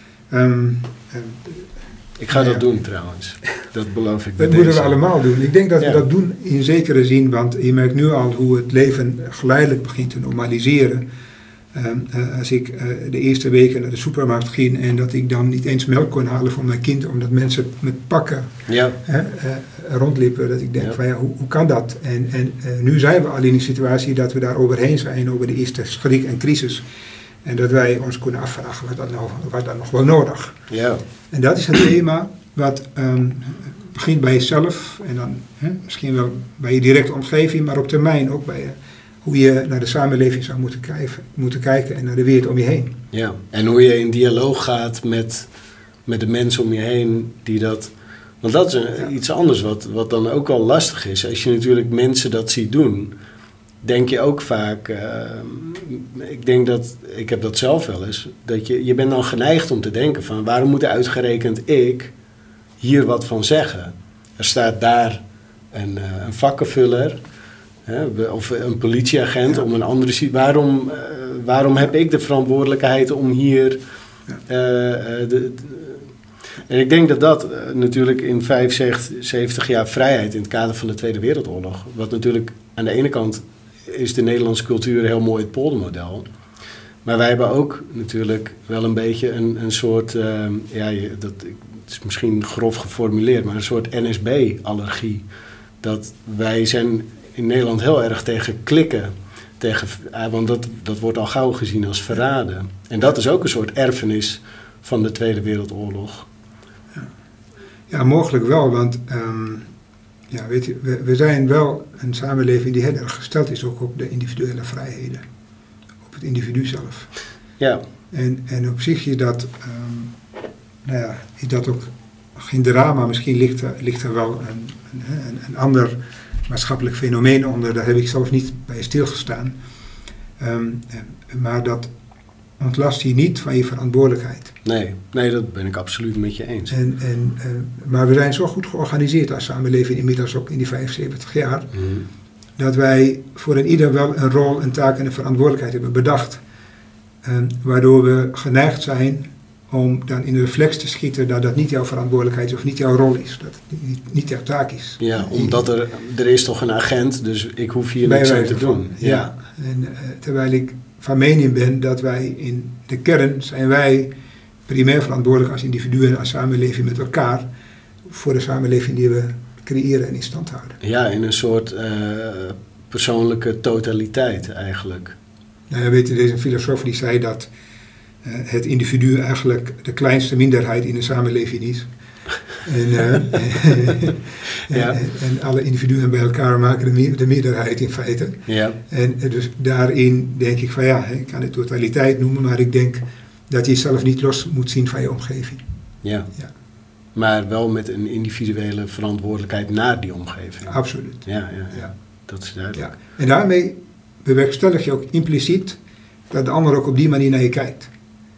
B: Um, uh,
A: ik ga nou dat ja. doen trouwens. Dat beloof ik.
B: Dat moeten we allemaal doen. Ik denk dat ja. we dat doen in zekere zin. Want je merkt nu al hoe het leven geleidelijk begint te normaliseren. Um, uh, als ik uh, de eerste weken naar de supermarkt ging en dat ik dan niet eens melk kon halen voor mijn kind, omdat mensen met pakken ja. uh, uh, rondliepen, dat ik denk ja. van ja, hoe, hoe kan dat? En, en uh, nu zijn we al in een situatie dat we daar overheen zijn, over de eerste schrik en crisis. En dat wij ons kunnen afvragen, wat dat nou, wat dat nog wel nodig?
A: Ja.
B: En dat is het thema wat um, begint bij jezelf en dan hè, misschien wel bij je directe omgeving, maar op termijn ook bij je. Hoe je naar de samenleving zou moeten kijken, moeten kijken en naar de wereld om je heen.
A: Ja, en hoe je in dialoog gaat met, met de mensen om je heen die dat... Want dat is een, ja. iets anders wat, wat dan ook wel lastig is. Als je natuurlijk mensen dat ziet doen, denk je ook vaak... Uh, ik denk dat, ik heb dat zelf wel eens, dat je, je bent dan geneigd om te denken van... waarom moet uitgerekend ik hier wat van zeggen? Er staat daar een, uh, een vakkenvuller... He, of een politieagent ja. om een andere situatie. Waarom, uh, waarom heb ik de verantwoordelijkheid om hier... Ja. Uh, uh, de, de, en ik denk dat dat uh, natuurlijk in vijfenzeventig jaar vrijheid in het kader van de Tweede Wereldoorlog... wat natuurlijk aan de ene kant is de Nederlandse cultuur heel mooi het poldermodel... maar wij hebben ook natuurlijk wel een beetje een, een soort... Uh, ja, dat het is misschien grof geformuleerd, maar een soort N S B-allergie. Dat wij zijn... in Nederland heel erg tegen klikken. Tegen, want dat, dat wordt al gauw gezien als verraden. En dat is ook een soort erfenis van de Tweede Wereldoorlog.
B: Ja, ja mogelijk wel. Want um, ja, weet je, we, we zijn wel een samenleving die heel erg gesteld is ook op de individuele vrijheden. Op het individu zelf.
A: Ja.
B: En, en op zich is dat, um, nou ja, is dat ook geen drama. Misschien ligt er, ligt er wel een, een, een ander... maatschappelijk fenomeen onder, daar heb ik zelf niet bij stilgestaan. Um, maar dat ontlast je niet van je verantwoordelijkheid.
A: Nee, nee, dat ben ik absoluut met je eens.
B: En, en, uh, maar we zijn zo goed georganiseerd als samenleving, inmiddels ook in die vijfenzeventig jaar, mm. dat wij voor een ieder wel een rol, een taak en een verantwoordelijkheid hebben bedacht. Um, waardoor we geneigd zijn om dan in de reflex te schieten dat dat niet jouw verantwoordelijkheid is of niet jouw rol is. Dat het niet, niet jouw taak is.
A: Ja, omdat er, er is toch een agent, dus ik hoef hier niks aan te doen.
B: Ja, ja. En, uh, terwijl ik van mening ben dat wij in de kern zijn wij primair verantwoordelijk als individuen en als samenleving met elkaar voor de samenleving die we creëren en in stand houden.
A: Ja, in een soort uh, persoonlijke totaliteit eigenlijk.
B: Nou ja, weet je, er is een filosoof die zei dat Uh, het individu eigenlijk de kleinste minderheid in de samenleving is. En, uh, ja. en, en alle individuen bij elkaar maken de, me- de meerderheid in feite. Ja. En uh, dus daarin denk ik van ja, ik kan het totaliteit noemen, maar ik denk dat je jezelf niet los moet zien van je omgeving.
A: Ja. ja. Maar wel met een individuele verantwoordelijkheid naar die omgeving.
B: Absoluut.
A: Ja, ja, ja. ja. Dat is duidelijk.
B: Ja. En daarmee bewerkstellig je ook impliciet dat de ander ook op die manier naar je kijkt.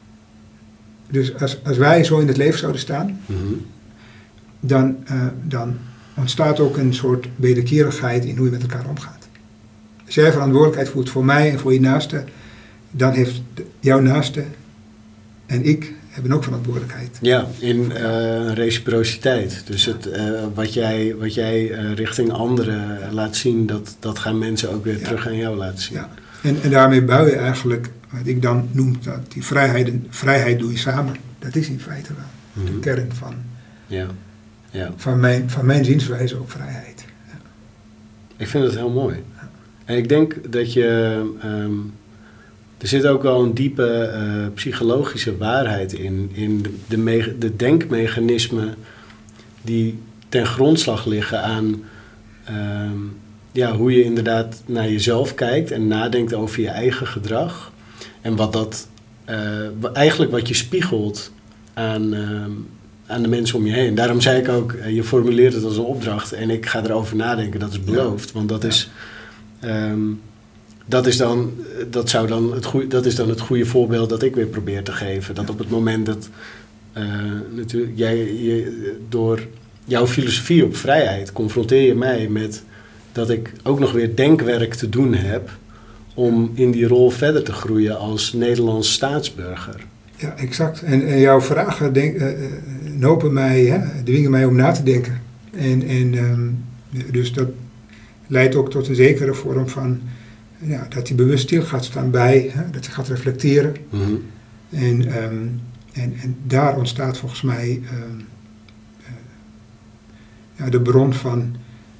B: Dus als, als wij zo in het leven zouden staan, mm-hmm. dan, uh, dan ontstaat ook een soort wederkerigheid in hoe je met elkaar omgaat. Als jij verantwoordelijkheid voelt voor mij en voor je naaste, dan heeft de, jouw naaste en ik hebben ook verantwoordelijkheid.
A: Ja, in uh, reciprociteit. Dus het, uh, wat jij, wat jij uh, richting anderen laat zien, dat, dat gaan mensen ook weer ja. terug aan jou laten zien. Ja.
B: En, en daarmee bouw je eigenlijk, wat ik dan noem, dat die vrijheid, vrijheid doe je samen. Dat is in feite wel mm-hmm. de kern van,
A: ja. Ja.
B: Van, mijn, van mijn zienswijze ook vrijheid. Ja.
A: Ik vind het heel mooi. Ja. En ik denk dat je... Um, er zit ook wel een diepe uh, psychologische waarheid in. In de, de, me- de denkmechanismen die ten grondslag liggen aan... Um, ja, hoe je inderdaad naar jezelf kijkt en nadenkt over je eigen gedrag. En wat dat... Uh, eigenlijk wat je spiegelt aan... Um, aan de mensen om je heen. Daarom zei ik ook, je formuleert het als een opdracht en ik ga erover nadenken, dat is beloofd. Want dat, ja. is, um, dat, is dan, dat, zou dan het goeie, dat is dan het goede voorbeeld dat ik weer probeer te geven. Dat ja. op het moment dat uh, natuurlijk, jij, je, door jouw filosofie op vrijheid confronteer je mij met dat ik ook nog weer denkwerk te doen heb om in die rol verder te groeien als Nederlands staatsburger.
B: Ja, exact. En, en jouw vragen denk, uh, nopen mij, hè, dwingen mij om na te denken. En, en um, dus dat leidt ook tot een zekere vorm van, ja, dat hij bewust stil gaat staan bij, hè, dat hij gaat reflecteren. Mm-hmm. En, um, en, en daar ontstaat volgens mij um, uh, ja, de bron van,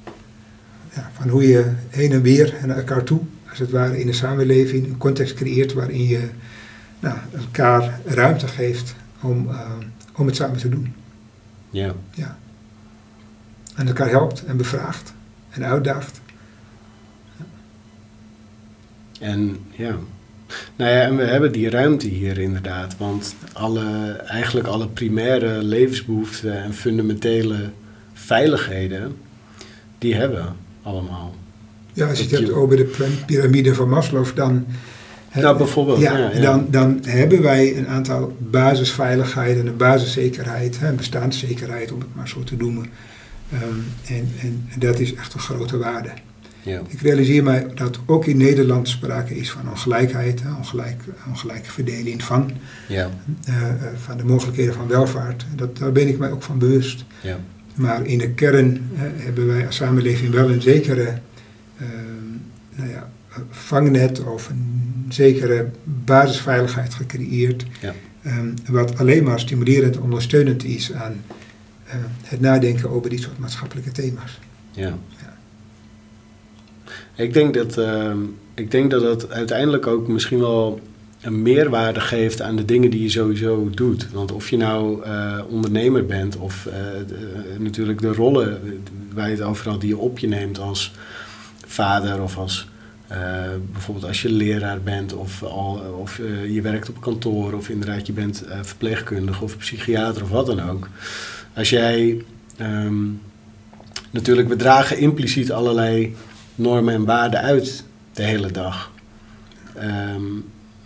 B: ja, van hoe je heen en weer naar elkaar toe, als het ware in de samenleving, een context creëert waarin je nou, elkaar ruimte geeft om, uh, om het samen te doen.
A: Ja.
B: ja. En elkaar helpt en bevraagt en uitdaagt.
A: Ja. En ja, nou ja, en we hebben die ruimte hier inderdaad, want alle, eigenlijk alle primaire levensbehoeften en fundamentele veiligheden, die hebben we allemaal.
B: Ja, als je het hebt over de piramide van Maslow, dan...
A: Nou, bijvoorbeeld.
B: Ja,
A: ja, ja.
B: Dan, dan hebben wij een aantal basisveiligheden, een basiszekerheid, een bestaanszekerheid, om het maar zo te noemen. Um, en, en dat is echt een grote waarde.
A: Ja.
B: Ik realiseer mij dat ook in Nederland sprake is van ongelijkheid, ongelijk, ongelijke verdeling van,
A: ja.
B: uh, van de mogelijkheden van welvaart. Dat, daar ben ik mij ook van bewust.
A: Ja.
B: Maar in de kern uh, hebben wij als samenleving wel een zekere uh, nou ja, vangnet of een zekere basisveiligheid gecreëerd,
A: ja.
B: um, wat alleen maar stimulerend en ondersteunend is aan uh, het nadenken over dit soort maatschappelijke thema's.
A: Ja. ja. Ik denk dat uh, ik denk dat dat uiteindelijk ook misschien wel een meerwaarde geeft aan de dingen die je sowieso doet. Want of je nou uh, ondernemer bent of uh, de, natuurlijk de rollen waar je het over had die je op je neemt als vader of als Uh, bijvoorbeeld als je leraar bent of, al, of uh, je werkt op kantoor of inderdaad je bent uh, verpleegkundige of psychiater of wat dan ook. Als jij, um, natuurlijk we dragen impliciet allerlei normen en waarden uit de hele dag. Um,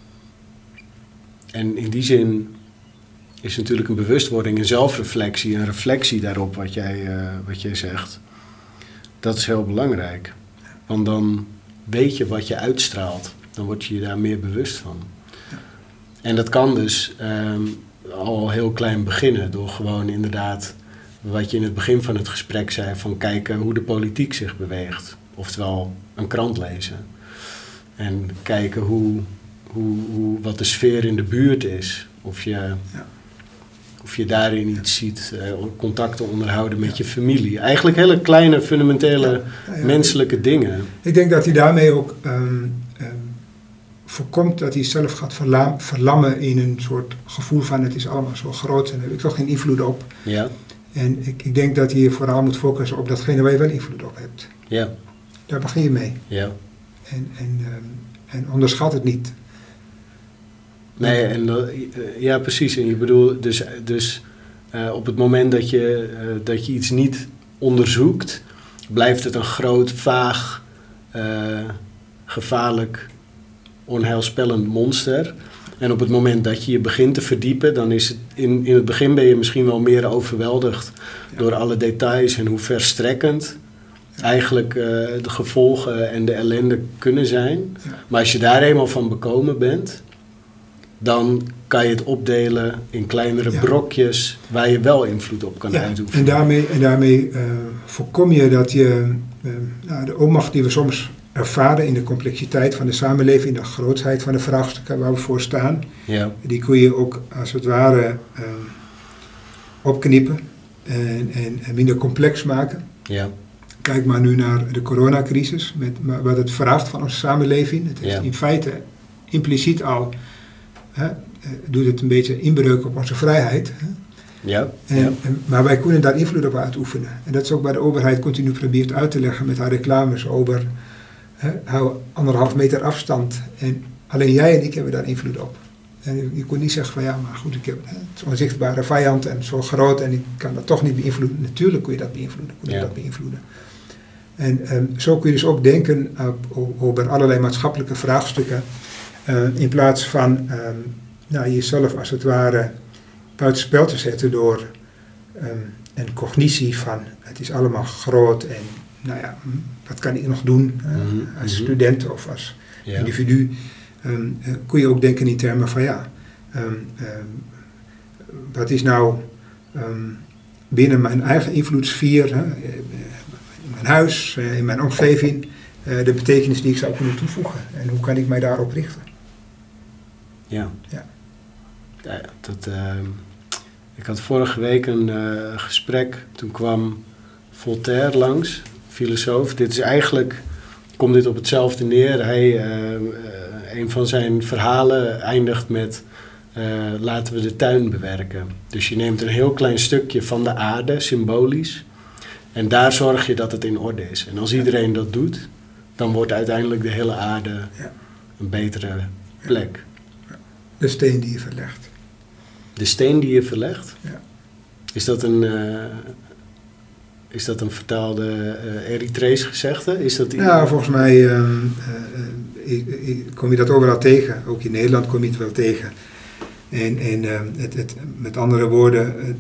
A: en in die zin is natuurlijk een bewustwording, een zelfreflectie, een reflectie daarop wat jij, uh, wat jij zegt. Dat is heel belangrijk. Want dan weet je wat je uitstraalt. Dan word je je daar meer bewust van. Ja. En dat kan dus um, al heel klein beginnen. Door gewoon inderdaad, wat je in het begin van het gesprek zei, van kijken hoe de politiek zich beweegt. Oftewel een krant lezen. En kijken hoe, hoe, hoe, wat de sfeer in de buurt is. Of je, ja. of je daarin iets ziet. Uh, contacten onderhouden met ja. je familie. Eigenlijk hele kleine, fundamentele, ja. Ja, ja. menselijke dingen.
B: Ik denk dat hij daarmee ook um, um, voorkomt dat hij zelf gaat verla- verlammen in een soort gevoel van het is allemaal zo groot en daar heb ik toch geen invloed op.
A: Ja.
B: En ik, ik denk dat hij vooral moet focussen op datgene waar je wel invloed op hebt.
A: Ja.
B: Daar begin je mee.
A: Ja.
B: En, en, um, en onderschat het niet.
A: Nee, en uh, ja, precies. En je bedoelt, dus, dus Uh, op het moment dat je, uh, dat je iets niet onderzoekt, blijft het een groot, vaag, uh, gevaarlijk, onheilspellend monster. En op het moment dat je je begint te verdiepen, dan is het in, in het begin ben je misschien wel meer overweldigd ja. door alle details en hoe verstrekkend ja. eigenlijk uh, de gevolgen en de ellende kunnen zijn. Ja. Maar als je daar eenmaal van bekomen bent, dan kan je het opdelen in kleinere ja. brokjes waar je wel invloed op kan ja. uitoefenen.
B: En daarmee, en daarmee uh, voorkom je dat je uh, nou, de onmacht die we soms ervaren in de complexiteit van de samenleving, in de grootheid van de vraagstukken waar we voor staan, ja. die kun je ook als het ware uh, opknippen en, en, en minder complex maken.
A: Ja.
B: Kijk maar nu naar de coronacrisis, met wat het vraagt van onze samenleving. Het is ja. in feite impliciet al, hè, doet het een beetje inbreuk op onze vrijheid. Hè.
A: Ja,
B: en,
A: ja.
B: En, maar wij kunnen daar invloed op uitoefenen. En dat is ook waar de overheid continu probeert uit te leggen met haar reclames over He, hou anderhalf meter afstand en alleen jij en ik hebben daar invloed op. En je, je kon niet zeggen van ja, maar goed, ik heb he, het is een onzichtbare vijand en zo groot en ik kan dat toch niet beïnvloeden. Natuurlijk kun je dat beïnvloeden. Kun je ja. dat beïnvloeden. En um, zo kun je dus ook denken op, over allerlei maatschappelijke vraagstukken uh, in plaats van um, nou, jezelf als het ware buitenspel te zetten door um, een cognitie van het is allemaal groot en nou ja, wat kan ik nog doen uh, mm-hmm. als student of als ja. individu? Um, uh, kun je ook denken in termen van ja, um, um, wat is nou um, binnen mijn eigen invloedssfeer, uh, in mijn huis, uh, in mijn omgeving, uh, de betekenis die ik zou kunnen toevoegen en hoe kan ik mij daarop richten?
A: Ja,
B: ja.
A: ja dat, uh, ik had vorige week een uh, gesprek, toen kwam Voltaire langs, filosoof. Dit is eigenlijk, komt dit op hetzelfde neer. Hij, uh, uh, een van zijn verhalen eindigt met uh, laten we de tuin bewerken. Dus je neemt een heel klein stukje van de aarde, symbolisch. En daar zorg je dat het in orde is. En als iedereen dat doet, dan wordt uiteindelijk de hele aarde ja. een betere plek.
B: Ja. De steen die je verlegt.
A: De steen die je verlegt?
B: Ja.
A: Is dat een... Uh, Is dat een vertaalde uh, Eritrees gezegde? Is dat die...
B: Ja, volgens mij uh, uh, uh, kom je dat overal tegen. Ook in Nederland kom je het wel tegen. En, en uh, het, het, met andere woorden, uh,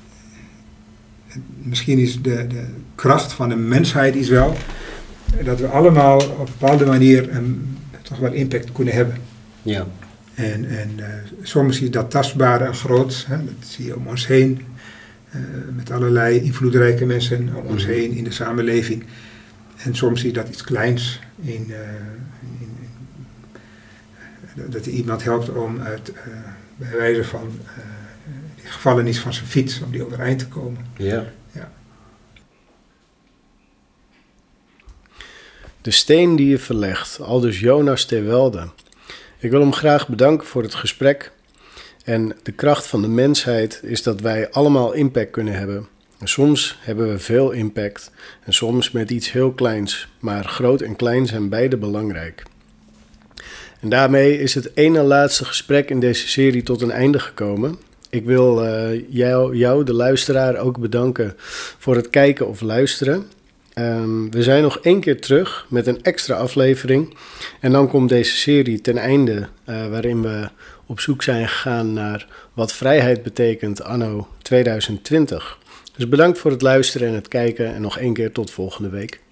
B: het, misschien is de, de kracht van de mensheid is wel dat we allemaal op een bepaalde manier um, toch wel impact kunnen hebben.
A: Ja.
B: En, en uh, soms is dat tastbaar en groot. Hè, dat zie je om ons heen. Uh, met allerlei invloedrijke mensen om ons heen in de samenleving. En soms is dat iets kleins. In, uh, in, in, dat je iemand helpt om uit, uh, bij wijze van uh, die gevallen is van zijn fiets, om die overeind te komen.
A: Ja.
B: Ja.
A: De steen die je verlegt, aldus Jonas Terwelde. Ik wil hem graag bedanken voor het gesprek. En de kracht van de mensheid is dat wij allemaal impact kunnen hebben. En soms hebben we veel impact en soms met iets heel kleins. Maar groot en klein zijn beide belangrijk. En daarmee is het ene laatste gesprek in deze serie tot een einde gekomen. Ik wil uh, jou, jou, de luisteraar, ook bedanken voor het kijken of luisteren. Um, we zijn nog één keer terug met een extra aflevering. En dan komt deze serie ten einde, uh, waarin we op zoek zijn gegaan naar wat vrijheid betekent anno tweeduizend twintig. Dus bedankt voor het luisteren en het kijken en nog één keer tot volgende week.